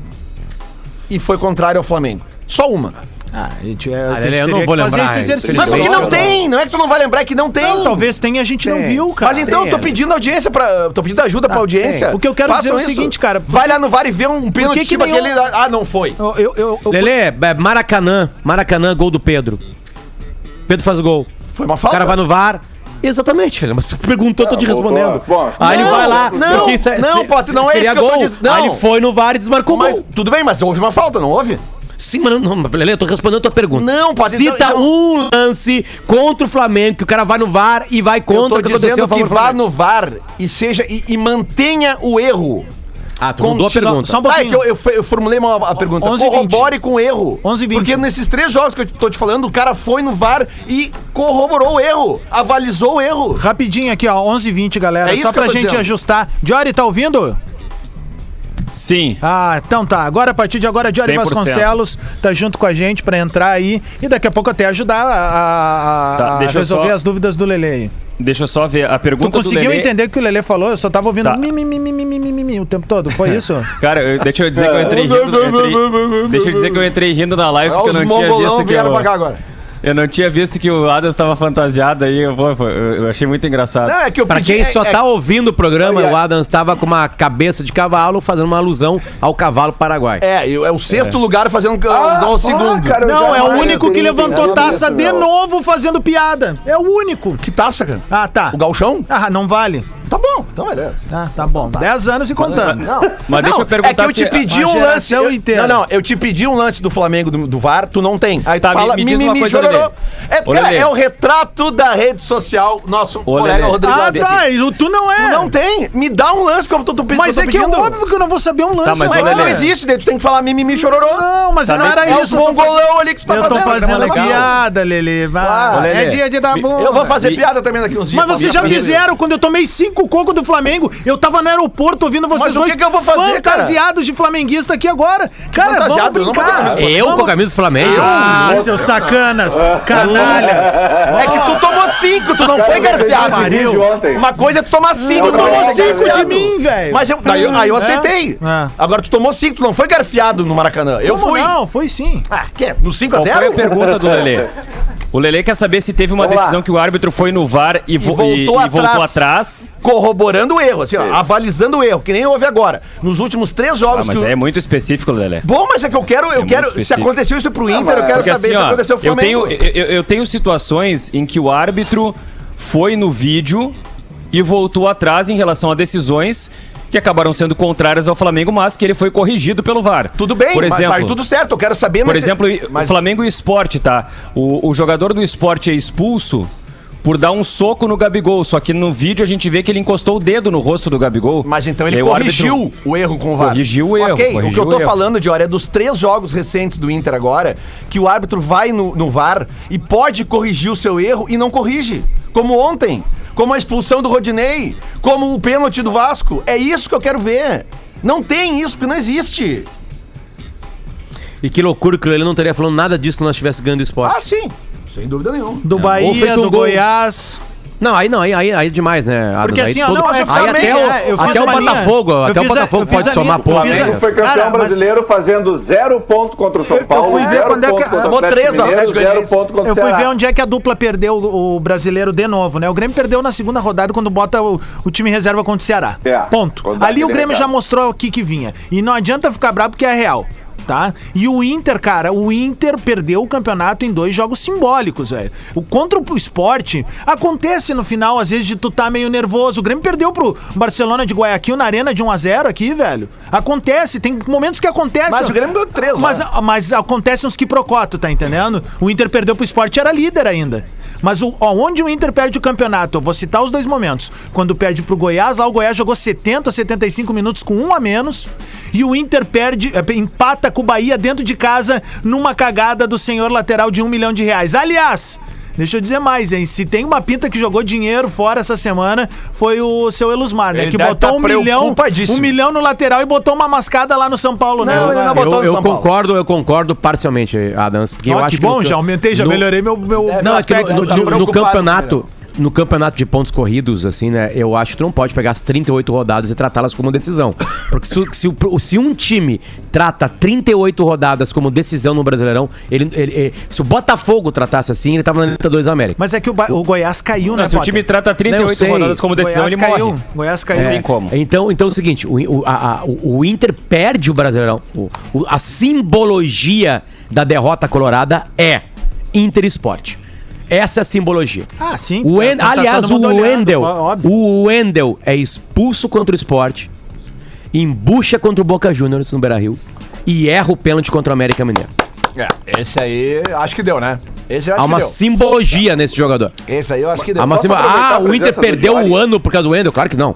e foi contrário ao Flamengo. Só uma. Ah, a gente, é, Ah, a gente Lelê, eu teria não vou que fazer lembrar, esse exercício. Mas porque Infelizmente, não eu não. tem, não é que tu não vai lembrar, é que não tem. Não, talvez tenha, a gente não viu, cara. Mas então eu tô pedindo audiência pra. Tô pedindo ajuda pra audiência. tem. O que eu quero Façam dizer é o seguinte, cara, Vai lá no V A R e vê um pênalti que tipo nenhum- aquele. Ah, não foi. Eu, eu, eu, eu- Lelê, é, Maracanã, Maracanã, gol do Pedro. Pedro faz o gol. Foi uma O falta. cara vai no V A R. Exatamente, mas tu perguntou, eu tô te voltou. respondendo. Bom, Aí ele não, vai lá, não, porque se- não, se- Potter, não é seria isso que eu tô gol. dizendo, não. Aí ele foi no V A R e desmarcou o Mas, gol. tudo bem, mas houve uma falta, não houve? Sim, mas não, não, Lelê, eu tô respondendo a tua pergunta. Não, pode- Cita então- um lance contra o Flamengo, que o cara vai no V A R e vai Eu contra tô o que aconteceu dizendo a favor que do vá Flamengo. no V A R e seja e, e mantenha o erro. Ah, tu Com- mudou a só- pergunta. só um Ah, é que pouquinho. eu, eu, eu formulei uma, a pergunta. onze e vinte. Corrobore com o erro. onze e vinte. Porque nesses três jogos que eu tô te falando, o cara foi no V A R e corroborou o erro, avalizou o erro. Rapidinho aqui, ó, onze e vinte, galera. É isso Só que eu pra tô gente dizendo. ajustar. Diori, tá ouvindo? Sim. Ah, então tá. Agora, a partir de agora, Jory cem por cento. Vasconcelos tá junto com a gente pra entrar aí e daqui a pouco até ajudar a, a- Tá, a deixa eu resolver só- as dúvidas do Lelê aí. Deixa eu só ver a Tu pergunta do conseguiu Lelê. entender o que o Lelê falou? Eu só tava ouvindo Tá. mi, mi, mi, mi, mi, mi, mi, mi, o tempo todo. Foi isso? Cara, eu- deixa eu dizer que eu entrei rindo. eu entrei- deixa eu dizer que eu entrei rindo na live porque Os eu não tinha mongolão visto que vieram eu, pra cá agora. eu não tinha visto que o Adams estava fantasiado aí. Eu, vou- eu, eu achei muito engraçado. Não, é que eu Pra pedi- quem é- só é- tá ouvindo o programa, Olha. o Adams tava com uma cabeça de cavalo fazendo uma alusão ao cavalo paraguai. É, é o sexto lugar fazendo alusão ao segundo. cara, eu Não, é o jamais único que teria levantou entendido taça isso, de meu. novo fazendo piada. É o único. Que taça, cara? Ah, tá. O gauchão? Ah, não vale. Tá bom, então beleza. Ah, tá bom. Dez anos e contando. Mas deixa eu perguntar é que eu te se- pedi a um lance. geração eu- inteira. Não, não, eu te pedi um lance do Flamengo do, do V A R, tu não tem. Aí tu Tá, me- fala, me diz uma coisa, chororô. Lelê. É, Ô, cara, Lelê. é o retrato da rede social, nosso Ô, colega Lelê. Rodrigo. Ah, Adnet. tá. E o tu não é. Tu não tem. Me dá um lance que eu tô, tô, Mas eu tô é que é pedindo. óbvio que eu não vou saber um lance. Tá, mas, Mas ô, agora. não Lelê. existe, daí tu tem que falar mimimi chororô. Não, mas Tá, não mas era É isso. os eu tô mongolão fazendo- ali que tu tá Eu tô fazendo. fazendo legal. piada, Lelê. Vai. Ah, Ô, Lelê, É dia de dar me- bom. Eu vou fazer Me- piada também daqui uns dias. Mas vocês já fizeram quando eu tomei cinco cocos do Flamengo. Eu tava no aeroporto ouvindo vocês Mas o dois que que eu vou fazer, cara? fantasiados de flamenguista aqui agora. Cara, vamos fantasiado? Eu não botei brincar. camisa. Eu Vamos- com a camisa do Flamengo. Ah, seus sacanas, canalhas. É que tu tomou cinco, tu não foi Cara, garfiado. você viu esse vídeo ontem? Uma coisa é tu tomar cinco, Tu tu Não, tomou é, cinco de garfiado. mim, velho. Mas eu, daí eu- aí eu É? aceitei. É. Agora tu tomou cinco, tu não foi garfiado no Maracanã. Eu Como fui. não? Foi sim. Ah, que é? No cinco a Qual foi a zero? pergunta do Lelê? O Lelê quer saber se teve uma Vamos lá. decisão que o árbitro foi no V A R e, vo- voltou e- e voltou atrás. atrás. Corroborando o erro, assim, ó, avalizando o erro, que nem houve agora. Nos últimos três Ah, jogos mas que o... é muito específico, Lelê. Bom, mas é que eu quero, eu muito quero. Se específico. aconteceu isso pro Inter, eu quero Porque saber assim, se ó, aconteceu pro eu tenho, Flamengo. eu, eu tenho situações em que o árbitro foi no vídeo e voltou atrás em relação a decisões que acabaram sendo contrárias ao Flamengo, mas que ele foi corrigido pelo V A R. Tudo bem, por mas exemplo, vai tudo certo. Eu quero saber. Por nesse- exemplo, mas- o Flamengo e Sport, tá? O, o jogador do Sport é expulso por dar um soco no Gabigol, só que no vídeo a gente vê que ele encostou o dedo no rosto do Gabigol. Mas então ele E aí o árbitro- corrigiu o erro com o V A R. Corrigiu o erro, Ok, o que corrigiu eu tô o erro. falando, Diori, é dos três jogos recentes do Inter agora, que o árbitro vai no, no V A R e pode corrigir o seu erro e não corrige. Como ontem, como a expulsão do Rodinei, como o pênalti do Vasco. É isso que eu quero ver. Não tem isso, porque não existe. E que loucura que ele não estaria falando nada disso se nós estivéssemos ganhando o esporte. Ah, sim. Sem dúvida nenhuma. Do Ou Bahia, feito um do gol. Goiás. Não, aí não, aí, aí, aí é demais, né? Adams? Porque Aí assim, ó, todo- não, é aí oficialmente, até o, é, eu fiz até o uma linha. Botafogo, Eu até o fiz a- Botafogo eu fiz pode a somar linha, pontos. eu fiz a- né? Flamengo foi campeão Cara, mas- brasileiro fazendo zero ponto contra o São Eu- eu Paulo, fui ver zero quando é que- ponto contra o Tomou Atlético três do Mineiro, Atlético zero Goianiense. ponto contra o Eu fui Ceará. ver onde é que a dupla perdeu o, o brasileiro de novo, né? O Grêmio perdeu na segunda rodada quando bota o, o time reserva contra o Ceará. É, Ponto. quando dá Ali o aquele Grêmio já recado. mostrou o que que vinha. E não adianta ficar bravo porque é real. Tá? E o Inter, cara, o Inter perdeu o campeonato em dois jogos simbólicos, velho. O contra o Sport acontece no final, às vezes, de tu tá meio nervoso. O Grêmio perdeu pro Barcelona de Guayaquil na arena de um a zero aqui, velho. Acontece, tem momentos que acontece. Mas o Grêmio ganhou três, Mas, lá. mas acontece uns quiprocoto, tá entendendo? O Inter perdeu pro Sport, era líder ainda. Mas o, ó, onde o Inter perde o campeonato, eu vou citar os dois momentos. Quando perde pro Goiás, lá o Goiás jogou setenta, setenta e cinco minutos com um a menos. E o Inter perde, é, empata com o Bahia dentro de casa numa cagada do senhor lateral de um milhão de reais. Aliás, deixa eu dizer mais, hein? Se tem uma pinta que jogou dinheiro fora essa semana, foi o seu Elusmar, né? Ele que deve botou tá um milhão, preocupadíssimo. um milhão no lateral e botou uma mascada lá no São Paulo, né? Não, ele não botou Eu, no eu São Paulo. concordo, eu concordo parcialmente, Adams, porque eu Ó, acho que que bom, no- já aumentei, já no- melhorei meu, meu Não, é que no, aspecto. no- tá no- no preocupado, campeonato, no campeonato de pontos corridos, assim, né? Eu acho que tu não pode pegar as trinta e oito rodadas e tratá-las como decisão. Porque se, se, o- se um time trata trinta e oito rodadas como decisão no Brasileirão, ele, ele- ele- se o Botafogo tratasse assim, ele tava na Libertadores da América. Mas é que o, Ba- o Goiás caiu, né, Não, se o Potter? time trata trinta e Não, eu oito sei. rodadas como decisão, Goiás ele caiu. morre. Goiás caiu. Não tem como. Então, então é o seguinte, o, o- a- a- o- o Inter perde o Brasileirão. O- o- a simbologia da derrota colorada é Inter Sport. Essa é a simbologia. Ah, sim. O tá- En- tá aliás, todo mundo o olhando, Wendel, ó- óbvio. o Wendel é expulso contra o Sport, embucha contra o Boca Juniors no Beira-Rio e erra o pênalti contra o América Mineiro. É, esse aí, acho que deu, né? Esse eu acho Há uma que deu. simbologia nesse jogador. Esse aí eu acho que deu. Há uma Posso simbo- aproveitar Ah, a o Inter presença do perdeu Diori? o ano por causa do Wendel? Claro que não.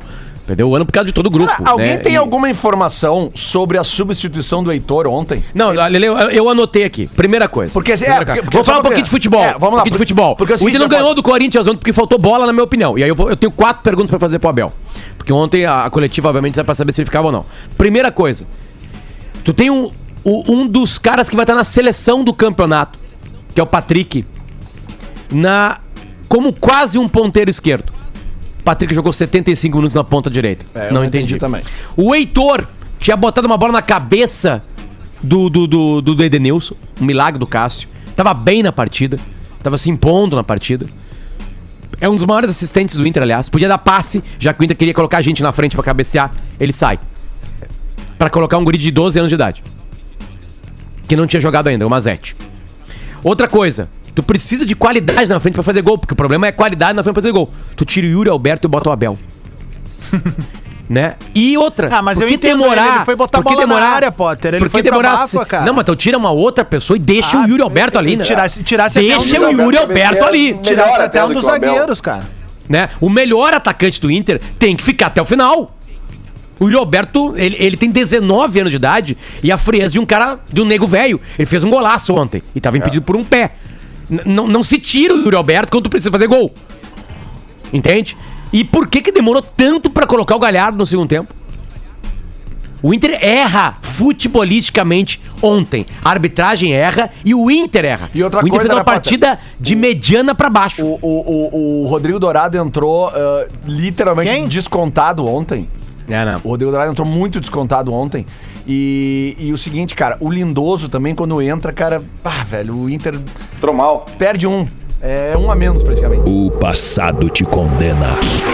Perdeu o ano por causa de todo o grupo. Cara, alguém né? tem E- alguma informação sobre a substituição do Heitor ontem? Não, Lele, eu, eu anotei aqui. Primeira coisa. Porque- é, Primeira porque- coisa. porque Vou só falar um porque- pouquinho de futebol. é, vamos lá, um pouquinho de porque- futebol. porque é o o seguinte, Inter não já ganhou pode- do Corinthians ontem porque faltou bola, na minha opinião. E aí eu, vou- eu tenho quatro perguntas pra fazer pro Abel. Porque ontem a, a coletiva, obviamente, é pra saber se ele ficava ou não. Primeira coisa. Tu tem um, o- um dos caras que vai estar na seleção do campeonato, que é o Patrick, na, como quase um ponteiro esquerdo. Patrick jogou setenta e cinco minutos na ponta direita. É, eu não não entendi. entendi também. O Heitor tinha botado uma bola na cabeça do, do, do, do Edenilson, um milagre do Cássio. Tava bem na partida, tava se impondo na partida. É um dos maiores assistentes do Inter, aliás. Podia dar passe, já que o Inter queria colocar a gente na frente pra cabecear. Ele sai. Pra colocar um guri de doze anos de idade. Que não tinha jogado ainda, o Mazete. Outra coisa, tu precisa de qualidade na frente pra fazer gol, porque o problema é qualidade na frente pra fazer gol. Tu tira o Yuri Alberto e bota o Abel. Né? E outra, Ah, mas por eu que entendo demorar, ele, ele foi botar por que bola na demorar, área, Potter, ele por que foi pra demorar Bafa, se- cara. Não, mas então tira uma outra pessoa e deixa Ah, o Yuri Alberto ali, e né? tirasse- tirasse até um Deixa dos o Yuri Alberto ali. Melhor Tirasse até até um do dos que o Abel. zagueiros, cara. Né? O melhor atacante do Inter tem que ficar até o final. O Yuri Alberto, ele, ele tem dezenove anos de idade e a frieza de um cara, de um nego velho. Ele fez um golaço ontem e tava impedido por um pé. N- não- não se tira o Yuri Alberto quando tu precisa fazer gol. Entende? E por que que demorou tanto pra colocar o Galhardo no segundo tempo? O Inter erra futebolisticamente ontem. A arbitragem erra e o Inter erra. E outra o Inter coisa, fez uma né, Potter? partida de mediana pra baixo. O, o, o, o Rodrigo Dourado entrou ah, literalmente Quem? descontado ontem. É, não. O Rodrigo Dourado entrou muito descontado ontem. E, e o seguinte, cara, o Lindoso também, quando entra, cara, pá, velho, o Inter Entrou mal. perde um. É um a menos, praticamente. O passado te condena.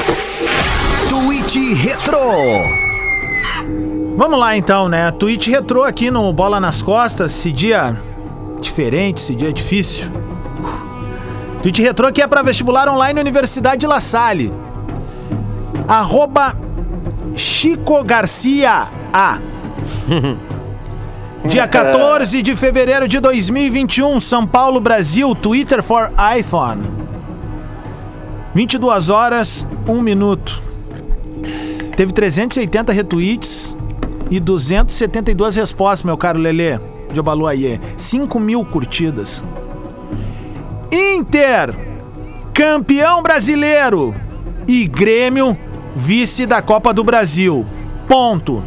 Tweet Retro. Vamos lá então, né? Tweet retrô aqui no Bola nas Costas, esse dia diferente, esse dia difícil. Tweet retrô que é para vestibular online Universidade La Salle. Arroba Chico Garcia A. Dia quatorze de fevereiro de dois mil e vinte e um, São Paulo, Brasil, Twitter for iPhone. vinte e duas horas, um minuto. Teve trezentos e oitenta retweets e duzentas e setenta e duas respostas, meu caro Lelê de Obaluayê. cinco mil curtidas. Inter, campeão brasileiro. E Grêmio, vice da Copa do Brasil. Ponto.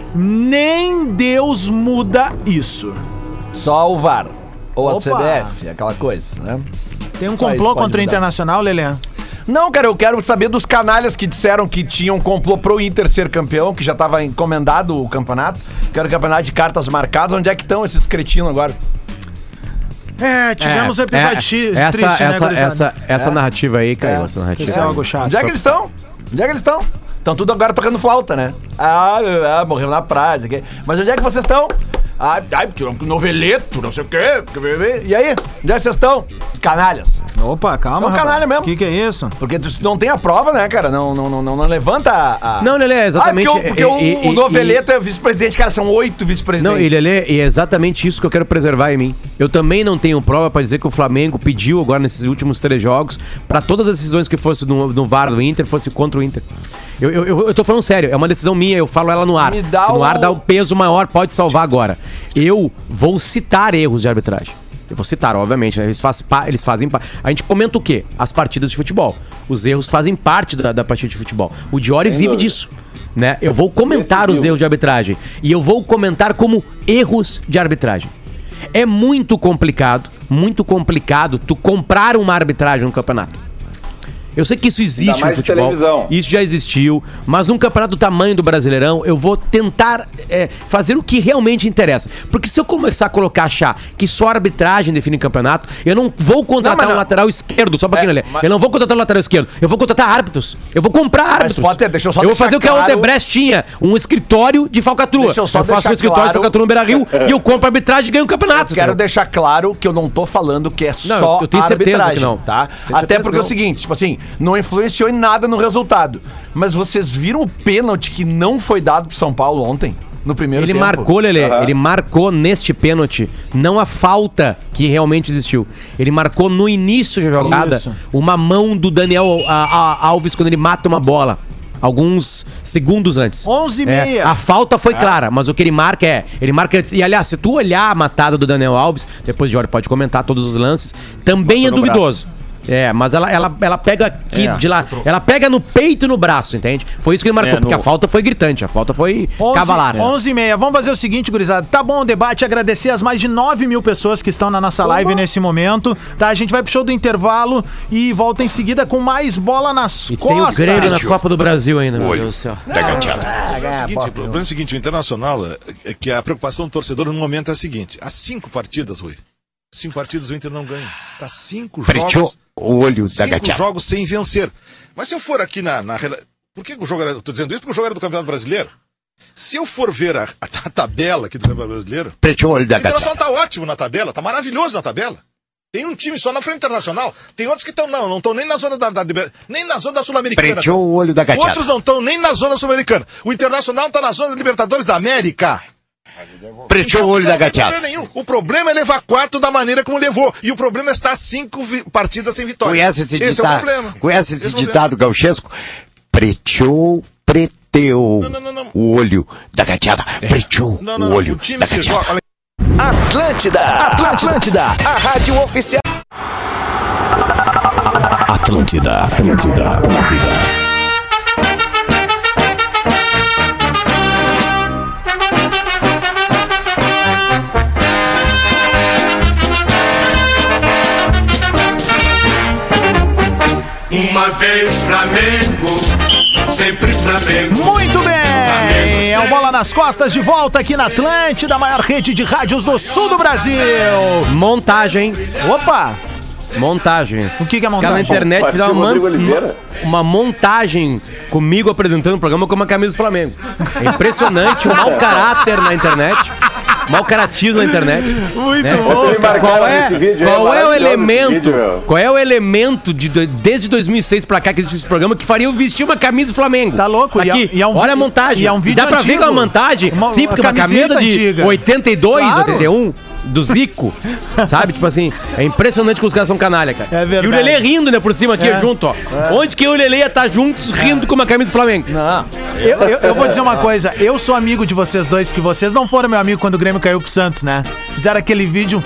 Nem Deus muda isso. Só o V A R. Ou a Opa. C B F, aquela coisa, né? Tem um Só isso complô pode contra o mudar. Internacional, Lelê? Não, cara, eu quero saber dos canalhas que disseram que tinham complô pro Inter ser campeão, que já tava encomendado o campeonato. Quero o campeonato de cartas marcadas. Onde é que estão esses cretinos agora? É, tivemos um É, episódio é, X, essa, triste, né, essa, gurizada? essa, essa narrativa aí, caiu, É. essa narrativa. Isso é algo chato. Onde é que eles estão? Onde é que eles estão? Estão tudo agora tocando flauta, né? Ah, ah, morreu na praia, não sei o quê. Mas onde é que vocês estão? Ah, ai, porque noveleto, não sei o quê. E aí? Onde é que vocês estão? Canalhas. Opa, calma, É um canalha mesmo. O que, que é isso? Porque tu não tem a prova, né, cara? Não, não, não, não, não levanta a... a- Não, Lelê, é exatamente- Ah, porque, o, porque e- o, e- o e- noveleto é vice-presidente, cara, são oito vice-presidentes. Não, e Lelê, e é exatamente isso que eu quero preservar em mim. Eu também não tenho prova pra dizer que o Flamengo pediu agora nesses últimos três jogos pra todas as decisões que fosse no, no V A R do Inter fosse contra o Inter. Eu, eu, eu, eu tô falando sério, é uma decisão minha, eu falo ela no ar. Me dá no o- ar dá um peso maior, pode salvar agora. Eu vou citar erros de arbitragem. Eu vou citar, obviamente, né? Eles, faz, pa- eles fazem parte. A gente comenta o quê? As partidas de futebol. Os erros fazem parte da, da partida de futebol. O Diori vive dúvida. disso. Né? Eu vou comentar os Decisivo. erros de arbitragem. E eu vou comentar como erros de arbitragem. É muito complicado, muito complicado tu comprar uma arbitragem no campeonato. Eu sei que isso existe no mais de futebol, televisão. isso já existiu, mas num campeonato do tamanho do Brasileirão, eu vou tentar é, fazer o que realmente interessa. Porque se eu começar a colocar, achar que só a arbitragem define campeonato, eu não vou contratar Não, mas um não. lateral esquerdo, só pra É, quem não lê. mas- Eu não vou contratar um lateral esquerdo, eu vou contratar árbitros. Eu vou comprar árbitros. Potter, deixa eu só vou deixar fazer o que a claro- Odebrecht tinha, um escritório de falcatrua. Deixa eu só faço deixar um escritório claro- de falcatrua no Beira-Rio e eu compro a arbitragem e ganho o campeonato. Quero entendeu? deixar claro que eu não tô falando que é Não, só eu tenho a certeza arbitragem, que não. tá? Tenho Até certeza porque que é o não. seguinte, tipo assim, não influenciou em nada no resultado. Mas vocês viram o pênalti que não foi dado pro São Paulo ontem, no primeiro Ele tempo? marcou, Lelê, Aham. ele marcou neste pênalti, não a falta que realmente existiu. Ele marcou no início da jogada Isso. uma mão do Daniel a- a- Alves quando ele mata uma bola. alguns segundos antes. onze e É, meia. a falta foi clara, mas o que ele marca é, ele marca antes. E aliás, se tu olhar a matada do Daniel Alves, depois Jorge pode comentar todos os lances, também é no duvidoso. É, mas ela, ela, ela pega aqui É. de lá, ela pega no peito e no braço, entende? Foi isso que ele marcou, É, porque no- a falta foi gritante, a falta foi cavalar. onze e meia. Vamos fazer o seguinte, gurizada. Tá bom o debate, agradecer as mais de nove mil pessoas que estão na nossa live nesse momento. Tá, a gente vai pro show do intervalo e volta em seguida com mais bola nas E tem o costas. Grêmio na Copa do Brasil ainda, meu Deus do céu. É o seguinte, o problema é o seguinte, o Internacional, é que a preocupação do torcedor no momento é a seguinte, há cinco partidas, Rui, cinco partidas o Inter não ganha, tá cinco jogos, o olho da cinco gateada. jogos sem vencer. Mas se eu for aqui na... na rela- por que o jogo era... Eu tô dizendo isso porque o jogo era do Campeonato Brasileiro. Se eu for ver a, a, a tabela aqui do Campeonato Brasileiro, Preto o olho o da gateada. Internacional tá ótimo na tabela, tá maravilhoso na tabela. Tem um time só na frente internacional, tem outros que estão não, não estão nem na zona da, da liber- nem na zona da Sul-Americana. Preto o olho da gateada. Outros não estão nem na zona sul-americana. O Internacional está na zona da Libertadores da América. Preto o olho da Não tem gateada. problema nenhum. O problema é levar quatro da maneira como levou. E o problema é estar cinco vi- partidas sem vitória. Conhece esse esse é o ditado? problema. Conhece esse Esse é o ditado gauchesco? Preteou, preteu Não, não, não, não. o olho da gateada. Preteou Não, não, o não. olho O time da que gateada. joga. Atlântida, Atlântida, a rádio oficial. Atlântida, Atlântida, Atlântida. Uma vez Flamengo, sempre Flamengo. Muito bem! É o Bola nas Costas de volta aqui na Atlântida, a maior rede de rádios do sul do Brasil. Montagem, Opa! montagem. O que que é Os caras na montagem? internet Partiu fizeram o uma, Rodrigo uma, Oliveira. uma montagem comigo apresentando o programa com uma camisa do Flamengo. É impressionante, o mau caráter na internet. Mau caratismo na internet. Muito né? bom. Ele marcava Qual é, nesse vídeo, qual é o maravilhoso esse elemento? vídeo, meu. Qual é o elemento de, de- desde dois mil e seis pra cá que existe esse programa que faria eu vestir uma camisa do Flamengo? Tá louco? E é- Aqui, e é um olha a vi- montagem. e é um vídeo Dá pra ver antigo. que é uma montagem? Uma- Sim, uma porque uma camiseta camisa de antiga. oitenta e dois, Claro. oitenta e um. Do Zico, sabe? Tipo assim, é impressionante que os caras são canalha, cara. É verdade. E o Lelê rindo, né, por cima aqui, É. junto, ó. Onde que eu e o Lelê ia estar juntos rindo com uma camisa do Flamengo? Eu, eu, eu vou dizer uma coisa, eu sou amigo de vocês dois, porque vocês não foram meu amigo quando o Grêmio caiu pro Santos, né? Fizeram aquele vídeo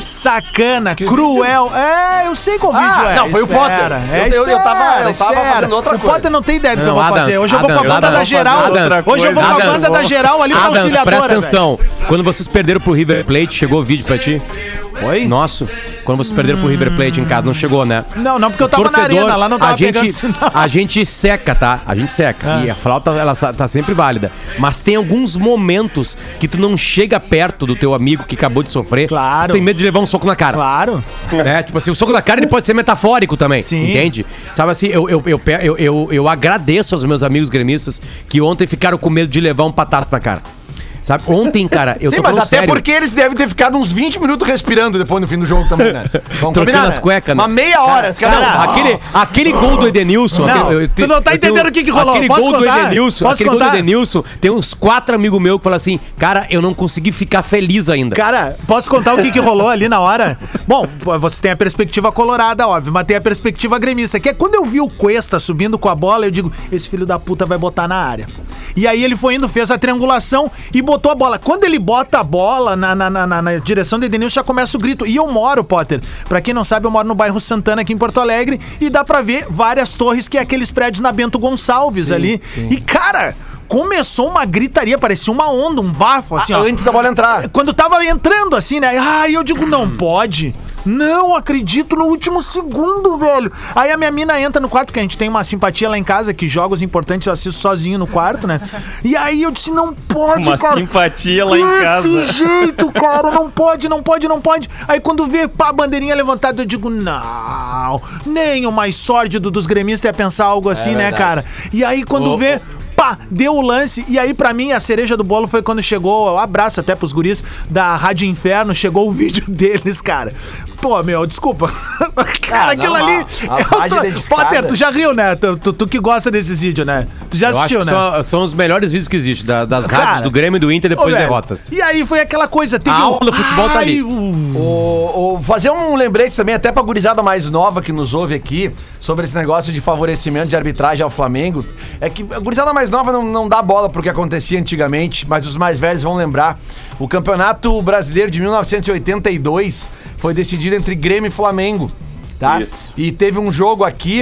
sacana, cruel. É, eu sei qual vídeo é. não, foi o Espera, Potter. É, Eu- eu- eu tava- espera, eu tava espera. fazendo outra o coisa. Potter não tem ideia do que Não, eu vou Adams, fazer. Hoje eu vou com a Adams, banda da Adams, geral. Adams, Hoje eu vou com a Adams, banda da geral ali pra Adams, auxiliadora. presta velho. atenção. Quando vocês perderam pro River Plate, chegou o vídeo pra ti? Oi? Nosso. Quando vocês perderam pro River Plate em casa, não chegou, né? Não, não, porque eu tava na Torcedor, arena, lá não tava a gente, pegando sinal. a gente seca, tá? A gente seca. Ah. E a flauta, ela sa- tá sempre válida. Mas tem alguns momentos que tu não chega perto do teu amigo que acabou de sofrer. Claro. Tem medo de levar um soco na cara. Claro. É, tipo assim, o soco na cara ele pode ser metafórico também. Sim. Entende? Sabe assim, eu, eu, eu, pe- eu, eu, eu agradeço aos meus amigos gremistas que ontem ficaram com medo de levar um pataço na cara. Sabe? Ontem, cara, eu Sim, tô mas falando até sério. porque eles devem ter ficado uns vinte minutos respirando depois no fim do jogo também, né? Vamos Trocando combinar, as né? cuecas, né? Uma meia hora. Cara, cada um. aquele, aquele gol do Edenilson. Não, aquele- eu tu te- não tá eu tenho- entendendo o que que rolou. Aquele Posso gol do contar? Edenilson. Posso aquele gol contar? do Edenilson. Tem uns quatro amigos meus que falam assim: cara, eu não consegui ficar feliz ainda. Cara, posso contar o que, que rolou ali na hora? Bom, pô, você tem a perspectiva colorada, óbvio, mas tem a perspectiva gremista, que é quando eu vi o Cuesta subindo com a bola, eu digo, esse filho da puta vai botar na área. E aí ele foi indo, fez a triangulação e botou a bola. Quando ele bota a bola na, na, na, na- na direção do Edenilson, já começa o grito. E eu moro, Potter, pra quem não sabe, eu moro no bairro Santana, aqui em Porto Alegre, e dá pra ver várias torres, que é aqueles prédios na Bento Gonçalves ali. E, cara... Começou uma gritaria, parecia uma onda, um bafo, assim, ó. Antes da bola entrar. Quando tava entrando, assim, né? Ai, eu digo, não pode. Não acredito no último segundo, velho. Aí a minha mina entra no quarto, porque a gente tem uma simpatia lá em casa, que jogos importantes eu assisto sozinho no quarto, né? E aí eu disse, não pode, Uma cara. simpatia lá em Desse casa. jeito, cara, não pode, não pode, não pode. Aí quando vê, pá, a bandeirinha levantada, eu digo, não, nem o mais sórdido dos gremistas ia pensar algo assim, né, cara? E aí quando vê... Pá, deu o lance, e aí pra mim a cereja do bolo foi quando chegou, um abraço até pros guris da Rádio Inferno, chegou o vídeo deles, cara. Pô, meu, desculpa. Cara, Ah, aquilo não, ali. a- a eu rádio tô- identificada. Potter, tu já riu, né? Tu, tu, tu que gosta desses vídeos, né? Tu já Eu acho assistiu, que né? são, são os melhores vídeos que existem, da- das Cara, rádios do Grêmio e do Inter Ô, depois de velho, derrotas. E aí foi aquela coisa. Teve A um- aula do futebol tá ali. Ai, um- O, o- fazer um lembrete também, até pra gurizada mais nova que nos ouve aqui, sobre esse negócio de favorecimento de arbitragem ao Flamengo. É que a gurizada mais nova não, não dá bola pro que acontecia antigamente, mas os mais velhos vão lembrar. O Campeonato Brasileiro de mil novecentos e oitenta e dois foi decidido entre Grêmio e Flamengo, tá? Isso. E teve um jogo aqui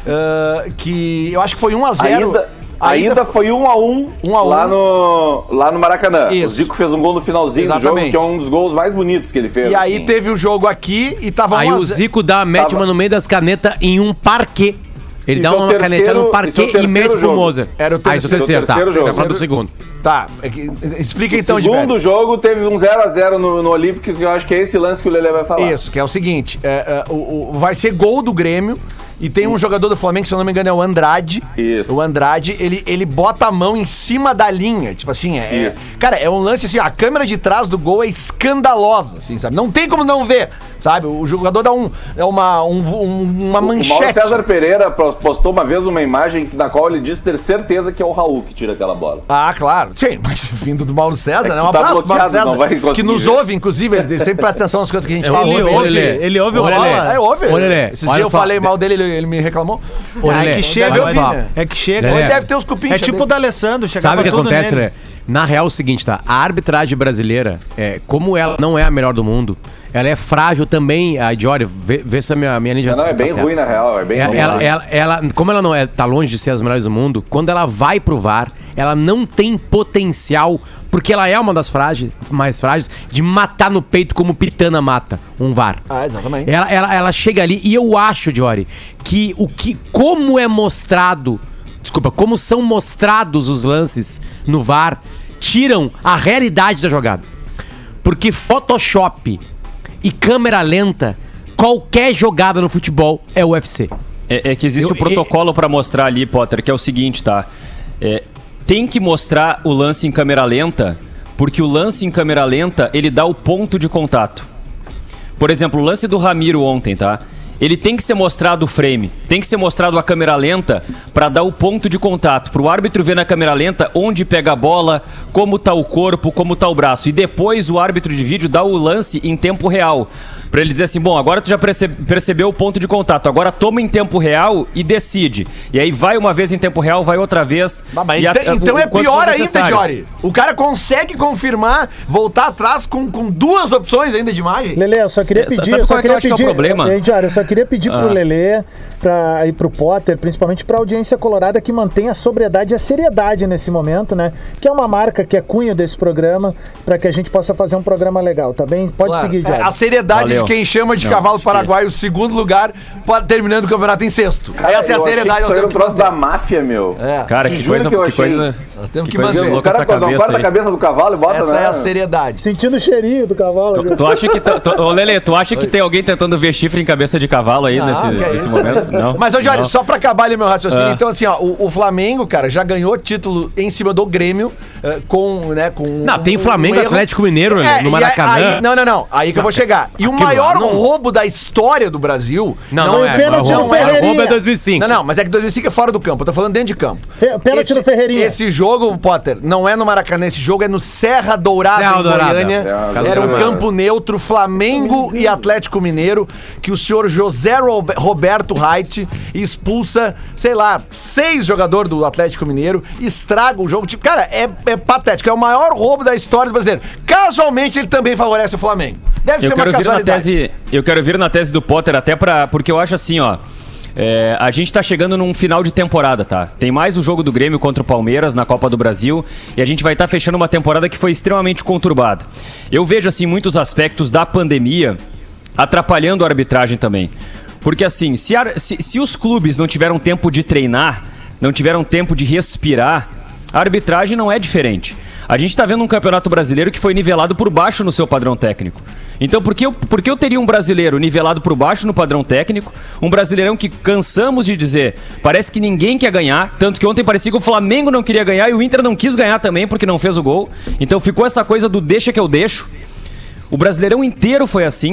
ah, que eu acho que foi um a zero. Ainda, ainda foi um a um, um a um. lá, no, lá no Maracanã. Isso. O Zico fez um gol no finalzinho Exatamente. do jogo, que é um dos gols mais bonitos que ele fez. E aí assim. teve o jogo aqui e tava Aí um a o zero. Zico dá, mete Tava- uma no meio das canetas em um parquê. Ele Esse dá é o uma terceiro- canetada no esse é o parquê e terceiro mete pro jogo. Mozart. Era o Ah, esse é o terceiro- terceiro, tá. terceiro Tá jogo. falando do segundo. Tá, é que- explica O então, segundo Diverio. jogo teve um zero a zero no, no Olímpico, que eu acho que é esse lance que o Lelê vai falar. Isso, que é o seguinte: é, é, o, o- vai ser gol do Grêmio. E tem um jogador do Flamengo, se eu não me engano, é o Andrade. Isso. O Andrade, ele, ele bota a mão em cima da linha. Tipo assim, é. é- Isso. cara, é um lance assim, a câmera de trás do gol é escandalosa, assim, sabe? Não tem como não ver, sabe? O jogador dá um, é uma, um, um- uma O Mauro manchete. César Pereira pro- postou uma vez uma imagem na qual ele disse ter certeza que é o Raul que tira aquela bola. Ah, claro. Sim, mas vindo do Mauro César, É que né? Um tá abraço pro Mauro bloqueado, não vai César, conseguir que nos ver. ouve, inclusive, ele sempre presta atenção nas coisas que a gente É, fala. ele sobre ouve, ele. Lelê. ele ouve o Ô, bola. Lelê. É, ouve. Ô, Lelê, Esses olha dias eu só. falei mal dele, ele, ele me reclamou. Ô, Ah, é Lelê, que chega, deve olha ouvir, só. né? É que chega. Lelê. Ele deve ter os cupins. É tipo o D'Alessandro, chegava Sabe o que tudo acontece, nele. né? Na real é o seguinte, tá? A arbitragem brasileira, é, como ela não é a melhor do mundo, ela é frágil também. A Diori, vê, vê se a minha, minha linha de Não, é raciocínio bem tá ruim certa. na real, é bem Ela, ruim. ela, ela, ela- como ela não é, tá longe de ser as melhores do mundo, quando ela vai pro V A R, ela não tem potencial, porque ela é uma das frágeis, mais frágeis, de matar no peito como Pitana mata um V A R. Ah, exatamente. Ela, ela, ela chega ali e eu acho, Diori, que o que como é mostrado, desculpa, como são mostrados os lances no V A R, tiram a realidade da jogada. Porque Photoshop e câmera lenta, qualquer jogada no futebol é U F C. É, é que existe Eu- um protocolo pra mostrar ali, Potter, que é o seguinte, tá? É, tem que mostrar o lance em câmera lenta, porque o lance em câmera lenta, ele dá o ponto de contato. Por exemplo, o lance do Ramiro ontem, tá? Ele tem que ser mostrado o frame, tem que ser mostrado a câmera lenta pra dar o ponto de contato, pro árbitro ver na câmera lenta onde pega a bola, como tá o corpo, como tá o braço. E depois o árbitro de vídeo dá o lance em tempo real. Pra ele dizer assim, bom, agora tu já perce- percebeu o ponto de contato, agora toma em tempo real e decide. E aí vai uma vez em tempo real, vai outra vez. Ah, mas e a- então, a- então o é quanto pior for ainda, necessário. Jory. O cara consegue confirmar, voltar atrás com, com duas opções ainda de imagem. Lelê, eu só queria É, pedir, sabe eu só qual é que eu queria acho que é o pedir, problema? Ei, Diário, eu só queria pedir pro Ah. Lelê, pra, e pro Potter, principalmente pra audiência colorada, que mantenha a sobriedade e a seriedade nesse momento, né? Que é uma marca que é cunho desse programa, pra que a gente possa fazer um programa legal, tá bem? Pode Claro. seguir, É, Diário. a seriedade Valeu. de quem chama de Não, cavalo acho que- paraguaio o segundo lugar, pa- terminando o campeonato em sexto. Cara, Essa é a eu achei seriedade. que nós isso aí era um temos que troço da manter. máfia, meu. É. Cara, Te que juro coisa, que eu que achei. coisa, Nós temos que coisa manter. O louca cara essa quando cabeça corta a aí. cabeça do cavalo e bota, Essa né? é a seriedade. Sentindo o cheirinho do cavalo. Tu, tu acha que. Tu, tu, ô, Lelê, tu acha que tem alguém tentando ver chifre em cabeça de cavalo aí Não, nesse, que é nesse isso. momento? Não. Mas, ô, Jorge, Não. só pra acabar ali meu raciocínio, Ah. então, assim, ó, o, o Flamengo, cara, já ganhou título em cima do Grêmio eh, com, né, com... Não, tem um- Flamengo um e erro. Atlético Mineiro, né, É, no e Maracanã. aí- não, não, não. Aí que eu vou chegar. E o aquilo lá maior não- roubo da história do Brasil... Não, não, é. pênalti o no roubo- o Ferreirinha. roubo é dois mil e cinco. Não, não, mas é que dois mil e cinco é fora do campo. Eu tô falando dentro de campo. Fe- pênalti Esse- no Ferreirinha. Esse jogo, Potter, não é no Maracanã. Esse jogo é no Serra Dourada, Serra em Dourada. Goiânia. Serra Era um Dourada. campo neutro, Flamengo e Atlético Mineiro, que o senhor José Robe- Roberto Reit expulsa, sei lá, seis jogadores do Atlético Mineiro, estraga o jogo. Tipo, cara, é, é patético. É o maior roubo da história do brasileiro. Casualmente, ele também favorece o Flamengo. Deve Eu ser uma quero, vir na casualidade. tese, eu quero vir na tese do Potter até pra. Porque eu acho assim, ó. é, a gente tá chegando num final de temporada, tá? Tem mais o jogo do Grêmio contra o Palmeiras na Copa do Brasil e a gente vai estar fechando uma temporada que foi extremamente conturbada. Eu vejo, assim, muitos aspectos da pandemia atrapalhando a arbitragem também. Porque, assim, se, a- se, se os clubes não tiveram tempo de treinar, não tiveram tempo de respirar, a arbitragem não é diferente. A gente tá vendo um campeonato brasileiro que foi nivelado por baixo no seu padrão técnico. Então, por que eu, por que eu teria um brasileiro nivelado por baixo no padrão técnico? Um brasileirão que cansamos de dizer, parece que ninguém quer ganhar. Tanto que ontem parecia que o Flamengo não queria ganhar e o Inter não quis ganhar também porque não fez o gol. Então ficou essa coisa do deixa que eu deixo. O Brasileirão inteiro foi assim.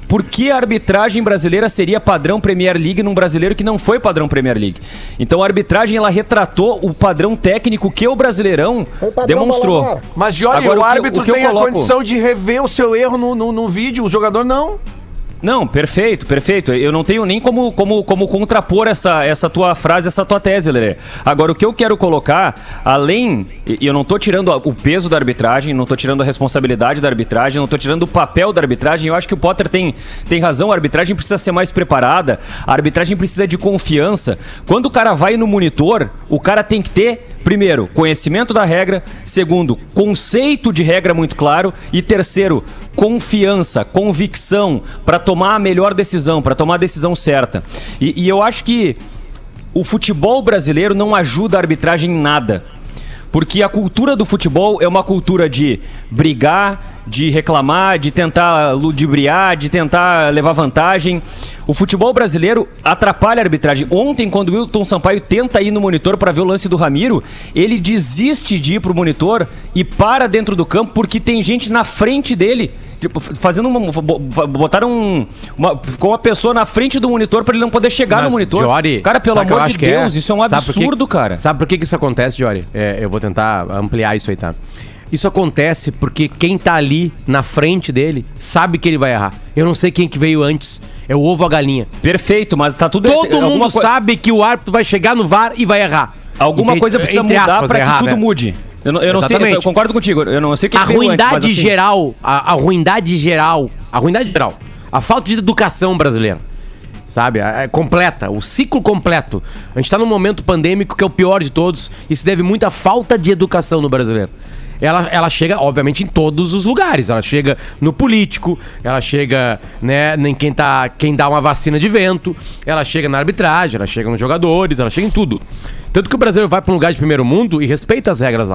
Por que a arbitragem brasileira seria padrão Premier League num brasileiro que não foi padrão Premier League? Então a arbitragem, ela retratou o padrão técnico que o Brasileirão demonstrou. Palamar. Mas, Jory, o, o árbitro o que tem coloco... a condição de rever o seu erro no, no, no vídeo, o jogador não. Não, perfeito, perfeito. Eu não tenho nem como, como, como contrapor essa, essa tua frase, essa tua tese, Lelê. Agora, o que eu quero colocar, além... E eu não tô tirando o peso da arbitragem, não tô tirando a responsabilidade da arbitragem, não tô tirando o papel da arbitragem. Eu acho que o Potter tem, tem razão, a arbitragem precisa ser mais preparada, a arbitragem precisa de confiança. Quando o cara vai no monitor, o cara tem que ter... Primeiro, conhecimento da regra. Segundo, conceito de regra muito claro. E terceiro, confiança, convicção para tomar a melhor decisão, para tomar a decisão certa. E, e eu acho que o futebol brasileiro não ajuda a arbitragem em nada. Porque a cultura do futebol é uma cultura de brigar, de reclamar, de tentar ludibriar, de tentar levar vantagem. O futebol brasileiro atrapalha a arbitragem. Ontem, quando o Wilton Sampaio tenta ir no monitor para ver o lance do Ramiro, ele desiste de ir pro monitor e para dentro do campo porque tem gente na frente dele. Tipo, fazendo uma. Botaram um, uma. Ficou uma pessoa na frente do monitor pra ele não poder chegar Mas, no monitor. Jory, cara, pelo amor de Deus, é? isso é um absurdo, que, cara. Sabe por que, que isso acontece, Jory? É, eu vou tentar ampliar isso aí, tá? Isso acontece porque quem tá ali na frente dele sabe que ele vai errar. Eu não sei quem que veio antes. É o ovo ou a galinha. Perfeito, mas tá tudo... Todo é, mundo co... sabe que o árbitro vai chegar no V A R e vai errar. Alguma entre, coisa precisa mudar aspas, pra errar, que tudo né? mude. Eu não, eu não sei, eu concordo contigo. Eu não sei o que a que veio ruindade antes, mas assim... geral, a, a ruindade geral, a ruindade geral, a falta de educação brasileira. Sabe? É completa, o ciclo completo. A gente tá num momento pandêmico que é o pior de todos e se deve muito à falta de educação no brasileiro. Ela, ela chega, obviamente, em todos os lugares. Ela chega no político, ela chega, né, em quem, tá, quem dá uma vacina de vento, ela chega na arbitragem, ela chega nos jogadores, ela chega em tudo. Tanto que o brasileiro vai para um lugar de primeiro mundo e respeita as regras lá.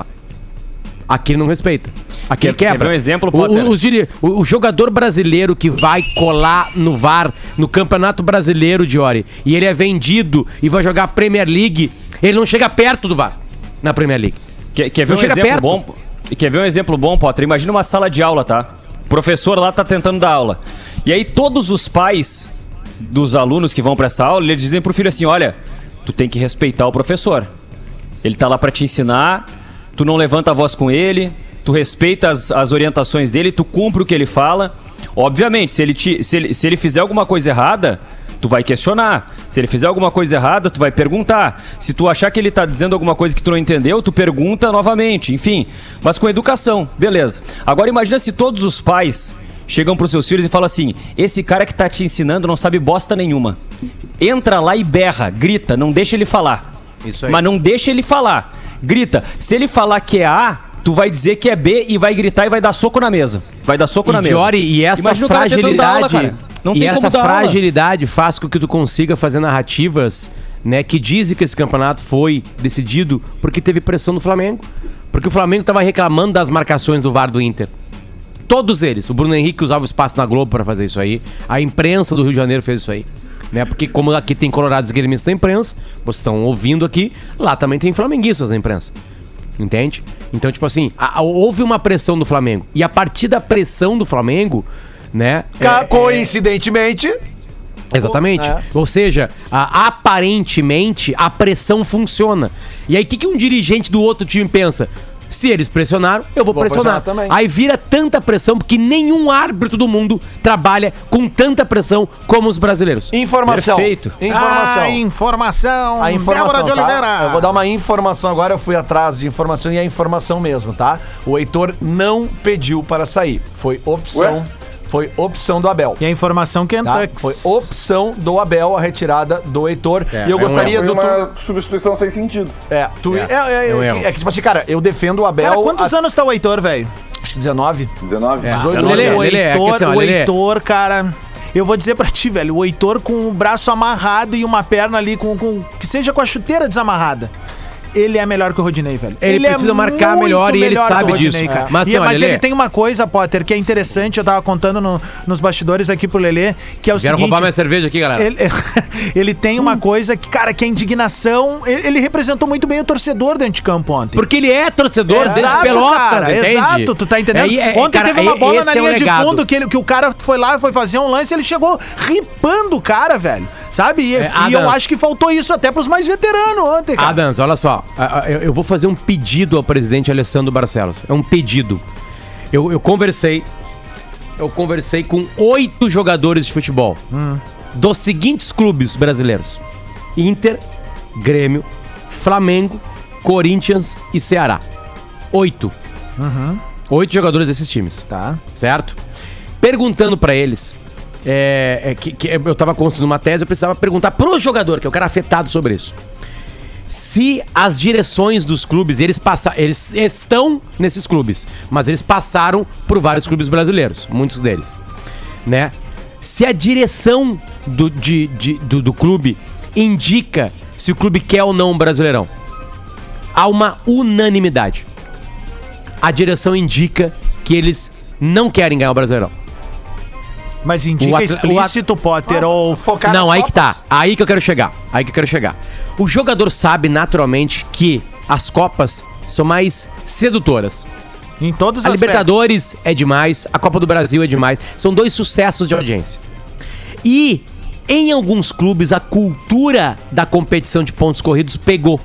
Aqui ele não respeita. Aqui ele quebra. Quer ver um exemplo, Potter? O, o, o, o jogador brasileiro que vai colar no V A R, no Campeonato Brasileiro, Diori, e ele é vendido e vai jogar a Premier League, ele não chega perto do V A R na Premier League. Quer, quer ver um exemplo perto. bom? Quer ver um exemplo bom, Potter? Imagina uma sala de aula, tá? O professor lá tá tentando dar aula. E aí todos os pais dos alunos que vão pra essa aula, eles dizem pro filho assim, olha, tu tem que respeitar o professor. Ele tá lá pra te ensinar, tu não levanta a voz com ele, tu respeita as, as orientações dele, tu cumpre o que ele fala. Obviamente, se ele, te, se, ele, se ele fizer alguma coisa errada, tu vai questionar. Se ele fizer alguma coisa errada, tu vai perguntar. Se tu achar que ele tá dizendo alguma coisa que tu não entendeu, tu pergunta novamente. Enfim, mas com educação, beleza. Agora imagina se todos os pais chegam pros seus filhos e falam assim, esse cara que tá te ensinando não sabe bosta nenhuma. Entra lá e berra, grita, não deixa ele falar. Isso aí. Mas não deixa ele falar. Grita. Se ele falar que é A, tu vai dizer que é B e vai gritar e vai dar soco na mesa. Vai dar soco e na mesa. Jory, e essa Imagina fragilidade, aula, não e tem essa fragilidade aula. faz com que tu consiga fazer narrativas, né, que dizem que esse campeonato foi decidido porque teve pressão do Flamengo. Porque o Flamengo tava reclamando das marcações do V A R do Inter. Todos eles. O Bruno Henrique usava o espaço na Globo para fazer isso aí. A imprensa do Rio de Janeiro fez isso aí. Né? Porque como aqui tem colorados e gremistas na imprensa, vocês estão ouvindo aqui, lá também tem flamenguistas na imprensa. Entende? Então, tipo assim, a, a, houve uma pressão do Flamengo. E a partir da pressão do Flamengo, né? É, coincidentemente... É, exatamente. É. Ou seja, a, aparentemente, a pressão funciona. E aí, o que, que um dirigente do outro time pensa? Se eles pressionaram, eu vou, vou pressionar. pressionar Aí vira tanta pressão, porque nenhum árbitro do mundo trabalha com tanta pressão como os brasileiros. Informação. Perfeito. Informação. A informação. A informação, de Oliveira. Tá? Eu vou dar uma informação agora, eu fui atrás de informação e é informação mesmo, tá? O Heitor não pediu para sair. Foi opção... Ué? Foi opção do Abel. E a informação que é tá? Foi opção do Abel a retirada do Heitor. É, e eu é gostaria um do... Foi uma tu... substituição sem sentido. É, tu... é. É, é, é, é, é que tipo assim, cara, eu defendo o Abel... Cara, quantos a... anos tá o Heitor, velho? Acho que dezenove. dezenove? É, dezoito. Lelê, o Heitor, é, assim, ó, o Heitor, cara... Eu vou dizer pra ti, velho, o Heitor com o braço amarrado e uma perna ali com... com que seja com a chuteira desamarrada. ele é melhor que o Rodinei, velho. Ele, ele precisa é marcar melhor e ele sabe disso. Rodinei, é. Mas, e, assim, mas olha, ele tem uma coisa, Potter, que é interessante, eu tava contando no, nos bastidores aqui pro Lelê, que é o Quero seguinte... roubar minha cerveja aqui, galera. Ele, ele tem uma coisa que, cara, que é a indignação... Ele, ele representou muito bem o torcedor dentro de campo ontem. Porque ele é torcedor desde Pelotas, cara, entende? Exato, tu tá entendendo? É, é, ontem cara, teve uma bola na é linha de legado. fundo que, ele, que o cara foi lá, foi fazer um lance, ele chegou ripando o cara, velho. Sabe? E, É, e eu acho que faltou isso até pros mais veteranos ontem, cara. Adams, olha só. Eu, eu vou fazer um pedido ao presidente Alessandro Barcelos. É um pedido. Eu, eu conversei. Eu conversei com oito jogadores de futebol. Hum. Dos seguintes clubes brasileiros: Inter, Grêmio, Flamengo, Corinthians e Ceará. Oito. Uhum. Oito jogadores desses times. Tá. Certo? Perguntando pra eles. É, é, que, que eu tava construindo uma tese, eu precisava perguntar pro jogador, que é o cara afetado sobre isso. Se as direções dos clubes, eles passaram, eles estão nesses clubes, mas eles passaram por vários clubes brasileiros, muitos deles, né? Se a direção do, de, de, do, do clube indica se o clube quer ou não um Brasileirão, há uma unanimidade. A direção indica que eles não querem ganhar o Brasileirão. Mas indica atl- explícito, atl- Potter, ah, ou... Focar Não, nas aí que Copas? tá. Aí que eu quero chegar. Aí que eu quero chegar. O jogador sabe naturalmente que as Copas são mais sedutoras. Em todos os A aspectos. Libertadores é demais, a Copa do Brasil é demais. São dois sucessos de audiência. E em alguns clubes a cultura da competição de pontos corridos pegou.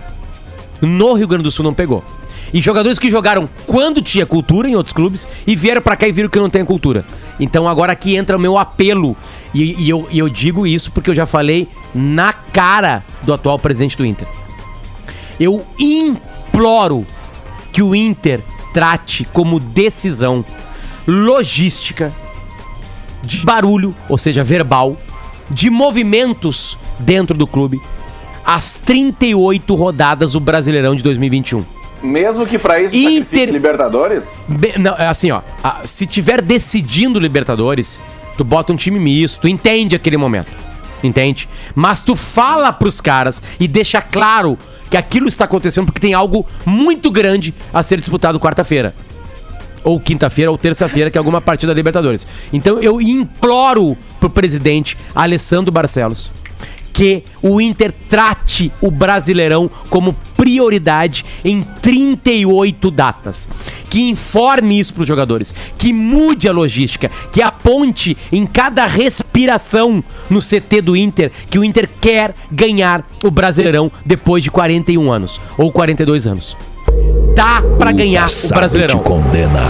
No Rio Grande do Sul não pegou. E jogadores que jogaram quando tinha cultura em outros clubes e vieram pra cá e viram que não tem cultura. Então agora aqui entra o meu apelo. E, e, eu, e eu digo isso porque eu já falei na cara do atual presidente do Inter. Eu imploro que o Inter trate como decisão logística, de barulho, ou seja, verbal, de movimentos dentro do clube, as trinta e oito rodadas do Brasileirão de dois mil e vinte e um. Mesmo que pra isso Inter... sacrifique Libertadores? Be- não, é assim, ó. a- se tiver decidindo Libertadores, tu bota um time misto, tu entende aquele momento. Entende? Mas tu fala pros caras e deixa claro que aquilo está acontecendo porque tem algo muito grande a ser disputado quarta-feira. Ou quinta-feira, ou terça-feira, que é alguma partida da Libertadores. Então eu imploro pro presidente Alessandro Barcelos que o Inter trate o Brasileirão como prioridade em trinta e oito datas. Que informe isso pros jogadores, que mude a logística, que aponte em cada respiração no C T do Inter que o Inter quer ganhar o Brasileirão depois de quarenta e um anos, ou quarenta e dois anos. Dá pra ganhar o Brasileirão. Condena.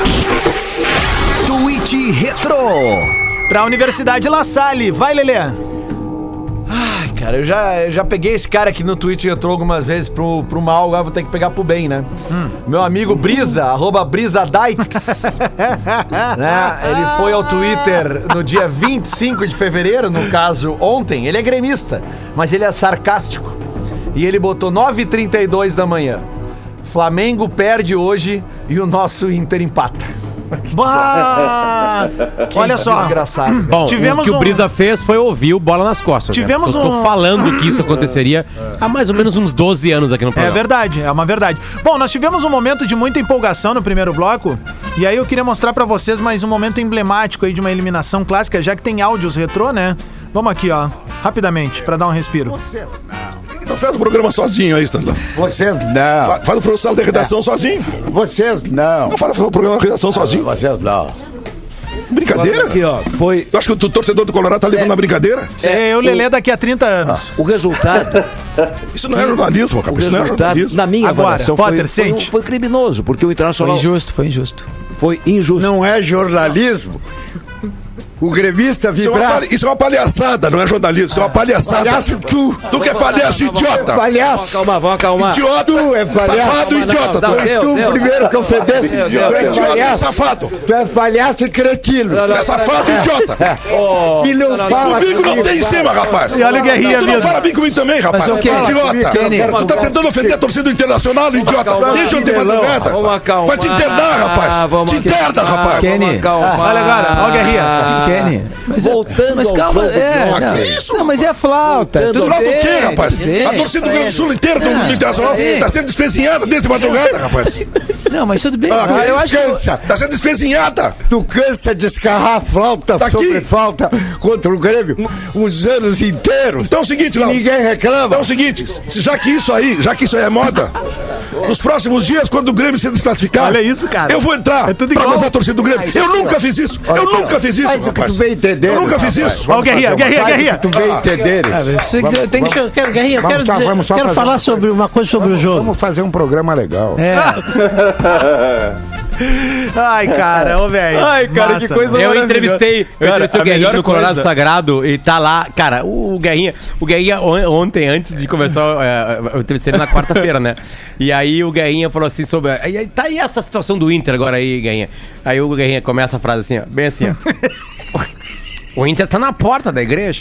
Tweet Retro. Pra Universidade La Salle. Vai, Lelê. Ai, cara, eu já, eu já peguei esse cara aqui no Twitch e entrou algumas vezes pro, pro mal, agora vou ter que pegar pro bem, né? Hum. Meu amigo Brisa, arroba BrisaDaitx, né? Ele foi ao Twitter no dia vinte e cinco de fevereiro, no caso ontem. Ele é gremista, mas ele é sarcástico. E ele botou nove e trinta e dois da manhã. Flamengo perde hoje e o nosso Inter empata. Bah! Olha só. Desgraçado. Bom, Tivemos o que um- o Brisa fez foi ouvir o Bola nas Costas. Tivemos né? Eu tô um- falando que isso aconteceria há mais ou menos uns doze anos aqui no É programa. verdade, é uma verdade. Bom, nós tivemos um momento de muita empolgação no primeiro bloco, e aí eu queria mostrar pra vocês mais um momento emblemático aí de uma eliminação clássica, já que tem áudios retrô, né? Vamos aqui, ó, rapidamente, pra dar um respiro. Não faz o programa sozinho aí, Stanley. Vocês não. Fa- Faz o profissional de redação sozinho. Vocês não. Não faz o programa de redação sozinho. Vocês não. Brincadeira? Aqui, ó, foi Tu acha que o torcedor do Colorado tá levando na brincadeira? É, eu, Lelê, daqui a trinta anos. o resultado. Isso não é jornalismo, cara. O Isso não é resultado, jornalismo. na minha Agora, avaliação, Potter, foi, foi, um- sente. foi criminoso, porque o Internacional injusto, foi injusto. foi injusto. Não é jornalismo. O gremista Isso é, uma, vibrar. palha- isso é uma palhaçada, não é jornalismo. Isso é uma palhaçada. Palhaço tu. Tu que é palhaço idiota. Palhaço. Calma, vamos acalmar. Idiota. Tu é palhaço. Safado Não, idiota. não, tu é deu, Tu deu. primeiro que ofendesse. Deu, Tu deu, tu é é deu. idiota e palhaço. safado. Tu é palhaço e cretino. Não, Tu é safado e idiota. Oh, E não fala Comigo não tem em cima, rapaz. E olha o Guerrinha Tu não vindo. fala bem comigo também, rapaz. Mas, ô, Kenny, Idiota. Kenny, Tu tá tentando ofender a torcida do Internacional, idiota. acalmar. Deixa eu ter madrugada. Vamos acalmar. Vai te internar, rapaz. Vamos Te interna, acalmar. rapaz. Kenny. Vamos acalmar. Olha agora, ó o Guerrinha. Kenny. Mas, Voltando mas ao calma, jogo é, de ontem. não, Que isso, não, mas é flauta. Voltando Tudo ao- Flauta o quê, bem, rapaz? tudo bem. A torcida do Rio Grande do Sul inteira do, do Internacional é. tá sendo despezinhada desde madrugada, rapaz. Não, mas tudo bem. Ah, eu acho que Cansa. Tá sendo despezinhada. Tu cansa de escarrar flauta Tá sobre aqui. flauta contra o Grêmio os anos inteiros. Então é o seguinte, Léo. Ninguém reclama. Então é o seguinte, se- já que isso aí, já que isso aí é moda, nos próximos dias, quando o Grêmio se desclassificar, Olha isso, cara. eu vou entrar É tudo pra igual. gozar a torcida do Grêmio. Eu nunca fiz isso. Eu nunca fiz isso, Faz o que rapaz. tu bem entender. Eu nunca fiz isso. Ó, o Guerrinha, Guerrinha, Faz o Guerrinha. que tu bem entender. Você que- tem que. Deixa eu, quero, Guerrinha, eu Vamos quero, só- dizer, vamos só quero fazer falar uma- sobre uma coisa sobre o jogo. Vamos fazer um programa legal. É. Ai, cara, ô, velho. Ai, cara, Massa, que coisa mano. Eu maravilhosa. entrevistei, eu Cara, entrevistei a o Guerrinha melhor no Colorado coisa- Sagrado e tá lá, cara, o Guerrinha, o Guerrinha on- ontem, antes de começar, é, eu entrevistei ele na quarta-feira, né? E aí o Guerrinha falou assim sobre, aí, aí, tá aí essa situação do Inter agora aí, Guerrinha. Aí o Guerrinha começa a frase assim, ó, bem assim, ó. O Inter tá na porta da igreja.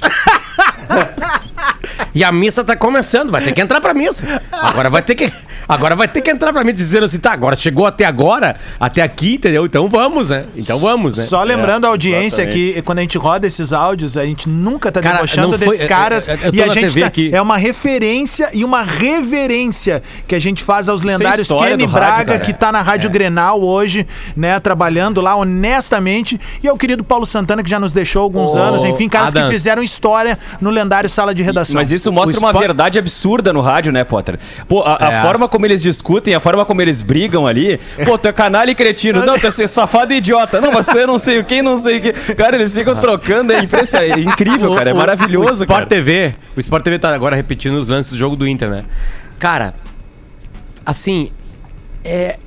E a missa tá começando, vai ter que entrar pra missa. Agora vai ter que, agora vai ter que entrar pra missa dizendo assim, tá, agora chegou até agora, até aqui, entendeu? Então vamos, né? Então vamos, né? Só lembrando a audiência exatamente. que quando a gente roda esses áudios, a gente nunca tá Cara, debochando não foi- desses caras. eu- eu- eu tô e a na gente T V tá- aqui. é uma referência e uma reverência que a gente faz aos lendários história Kenny do rádio, Braga, cara. que tá na Rádio Grenal hoje, né, trabalhando lá honestamente, e ao querido Paulo Santana, que já nos deixou há alguns Ô, anos, enfim, caras Adams. que fizeram história no lendário Sala de Redação. Mas isso mostra O uma Sport- verdade absurda no rádio, né, Potter? Pô, a, a É. forma como eles discutem, a forma como eles brigam ali. Pô, tu é canalha e cretino. Não, tu é ser safado e idiota. Não, mas tu é não sei o que, não sei o que. Cara, eles ficam trocando, é impressionante. É incrível, cara. É O- o- maravilhoso, o Sport cara. T V, o Sport T V tá agora repetindo os lances do jogo do Inter, né? Cara, assim, é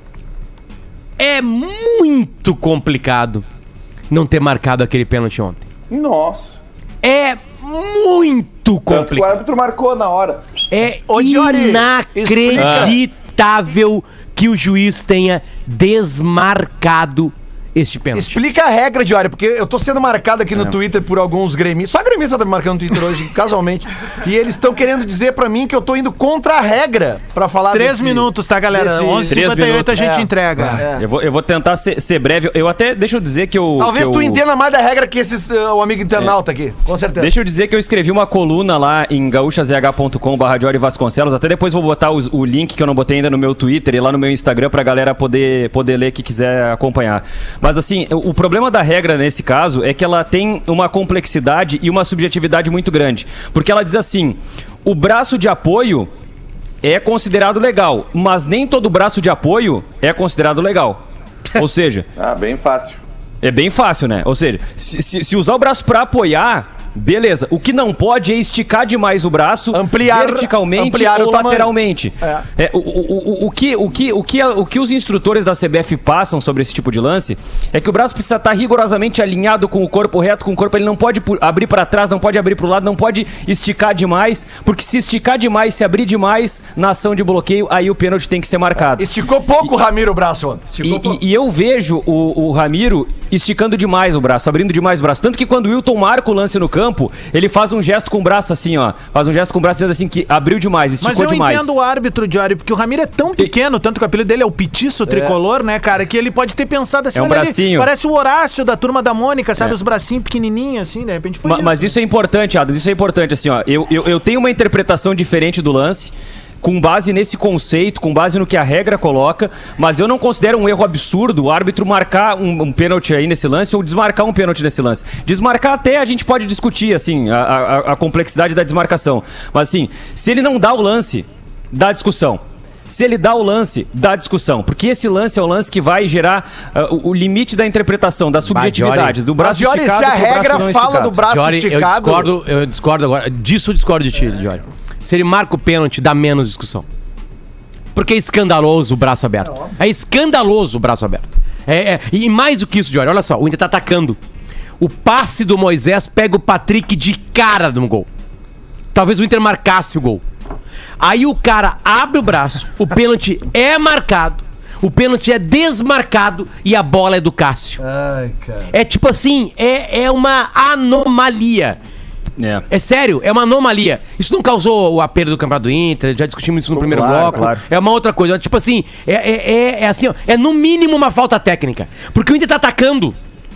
é muito complicado não ter marcado aquele pênalti ontem. Nossa. É muito Tanto que o complicado. árbitro marcou na hora. É Ô, Diori, inacreditável que o juiz tenha desmarcado este pênalti. Explica a regra, Diário, porque eu tô sendo marcado aqui no É. Twitter por alguns gremistas. Só gremista tá me marcando no Twitter hoje, casualmente. E eles estão querendo dizer pra mim que eu tô indo contra a regra pra falar Três desse- minutos, tá, galera? desse- onze e Três cinquenta e oito a minutos. gente É. entrega. É. Eu vou, eu vou tentar ser, ser breve. Eu até, deixa eu dizer que eu... Talvez que tu eu- entenda mais da regra que esses, uh, o amigo internauta aqui, com certeza. Deixa eu dizer que eu escrevi uma coluna lá em gaúchazh ponto com barra Diori Vasconcelos. Até depois vou botar os- o link que eu não botei ainda no meu Twitter e lá no meu Instagram pra galera poder, poder ler que quiser acompanhar. Mas assim, o, o problema da regra nesse caso é que ela tem uma complexidade e uma subjetividade muito grande. Porque ela diz assim, o braço de apoio é considerado legal, mas nem todo braço de apoio é considerado legal. Ou seja... Ah, bem fácil. É bem fácil, né? Ou seja, se, se- se usar o braço pra apoiar, beleza. O que não pode é esticar demais o braço Ampliar- verticalmente ampliar o ou tamanho. lateralmente. É. É, o, o, o, o, que, o, que, o, que, o que os instrutores da C B F passam sobre esse tipo de lance é que o braço precisa estar rigorosamente alinhado com o corpo, reto com o corpo. Ele não pode pu- abrir pra trás, não pode abrir pro lado, não pode esticar demais, porque se esticar demais, se abrir demais na ação de bloqueio, aí o pênalti tem que ser marcado. Esticou pouco o Ramiro o braço ontem. Esticou E, pouco. e- e eu vejo o, o Ramiro esticando demais o braço, abrindo demais o braço. Tanto que quando o Wilton marca o lance no campo, ele faz um gesto com o braço assim, ó. Faz um gesto com o braço dizendo assim que abriu demais, esticou Mas eu demais. entendo o árbitro, Diori, porque o Ramiro é tão pequeno, tanto que o apelido dele é o Petiço Tricolor, né, cara, que ele pode ter pensado assim, É um olha ali, bracinho. parece o Horácio da Turma da Mônica, sabe? É. Os bracinhos pequenininhos, assim, de repente foi Ma- isso. Mas isso é importante, Adas, isso é importante, assim, ó. Eu, eu, eu tenho uma interpretação diferente do lance, com base nesse conceito, com base no que a regra coloca, mas eu não considero um erro absurdo o árbitro marcar um, um pênalti aí nesse lance ou desmarcar um pênalti nesse lance. Desmarcar até a gente pode discutir, assim, a, a, a complexidade da desmarcação. Mas, assim, se ele não dá o lance, dá discussão. Se ele dá o lance, dá discussão. Porque esse lance é o lance que vai gerar uh, o, o limite da interpretação, da subjetividade, do braço Mas, Diori, esticado se a pro braço regra não fala esticado. do braço Diori, eu esticado... discordo, eu discordo agora. Disso eu discordo de ti, Diori. Se ele marca o pênalti, dá menos discussão. Porque é escandaloso o braço aberto. É escandaloso o braço aberto. É, é- e mais do que isso, Diori, olha só, o Inter tá atacando. O passe do Moisés pega o Patrick de cara no gol. Talvez o Inter marcasse o gol. Aí o cara abre o braço, o pênalti é marcado, o pênalti é desmarcado e a bola é do Cássio. Ai, cara. É tipo assim, é, é uma anomalia. É. É sério, é uma anomalia. Isso não causou o apelo do Campeonato do Inter, já discutimos isso no primeiro claro, bloco. claro. É uma outra coisa. Tipo assim, é, é, é, é assim, ó, é no mínimo uma falta técnica. Porque o Inter tá atacando.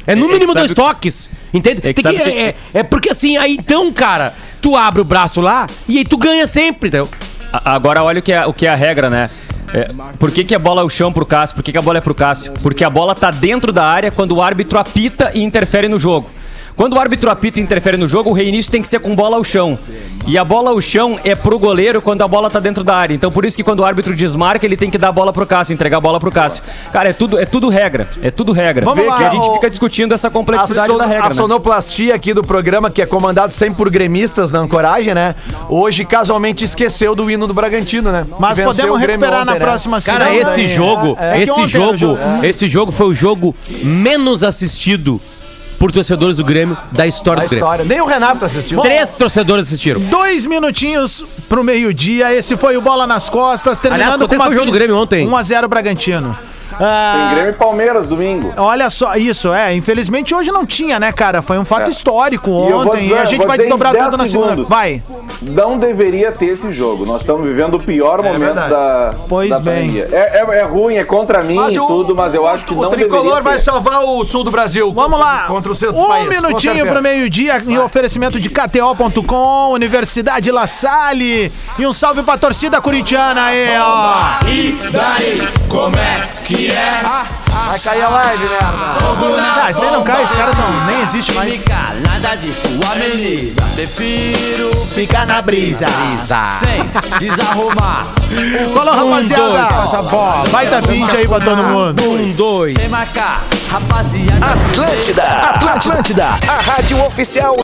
É no É, é mínimo que dois sabe- toques. Entende? É que Tem que- sabe que- é, é porque assim, aí então, cara, tu abre o braço lá e aí tu ganha sempre, entendeu? A- Agora olha o que é, o que é a regra, né? É, por que, que a bola é o chão pro Cássio? Por que, que a bola é pro Cássio? Porque a bola tá dentro da área quando o árbitro apita e interfere no jogo. Quando o árbitro apita e interfere no jogo, o reinício tem que ser com bola ao chão. E a bola ao chão é pro goleiro quando a bola tá dentro da área. Então por isso que quando o árbitro desmarca, ele tem que dar a bola pro Cássio, entregar a bola pro Cássio. Cara, é tudo, é tudo regra. É tudo regra. Vamos Vê lá, que a gente o- fica discutindo essa complexidade a, son- da regra, a né? sonoplastia aqui do programa, que é comandado sempre por gremistas na ancoragem, né? Hoje, casualmente, esqueceu do hino do Bragantino, né? Mas Que venceu podemos o Grêmio recuperar ontem, na né? próxima Cara, semana. esse É, jogo, é, é que esse ontem era o jogo, jogo. esse jogo foi o jogo menos assistido por torcedores do Grêmio da história A do Grêmio. história. Nem o Renato assistiu. Três torcedores assistiram. Dois minutinhos pro meio-dia. Esse foi o Bola nas Costas. Terminando Aliás, quanto é que foi o jogo do Grêmio ontem? um a zero Bragantino. Ah, Tem Grêmio e Palmeiras domingo. olha só, isso, é. Infelizmente hoje não tinha, né, cara? Foi um fato É. histórico E eu vou ontem. dizer- e a gente vou vai dizer em desdobrar dez tudo na segunda. segundos. Vai. Não deveria ter esse jogo. Nós estamos vivendo o pior momento verdade. da, Pois da bem. pandemia. É, é, é ruim, é contra mim e o- tudo, mas eu acho que o não tricolor deveria vai ter. salvar o sul do Brasil. Vamos lá. Contra o centro do Um país. Com minutinho certeza. pro meio-dia em oferecimento de K T O ponto com, Universidade La Salle. E um salve pra torcida corintiana aí, ó. E daí, como é que é? Vai cair a live, merda. Ah, isso aí não cai, os caras não, nem existe mais. Nada disso ameniza. Prefiro Fica na brisa. sem desarrumar. Falou, rapaziada. dois, passa a bola. Baita vinte aí pra todo mundo. Um, dois. Sem marcar, rapaziada. Atlântida, Atlântida, a rádio oficial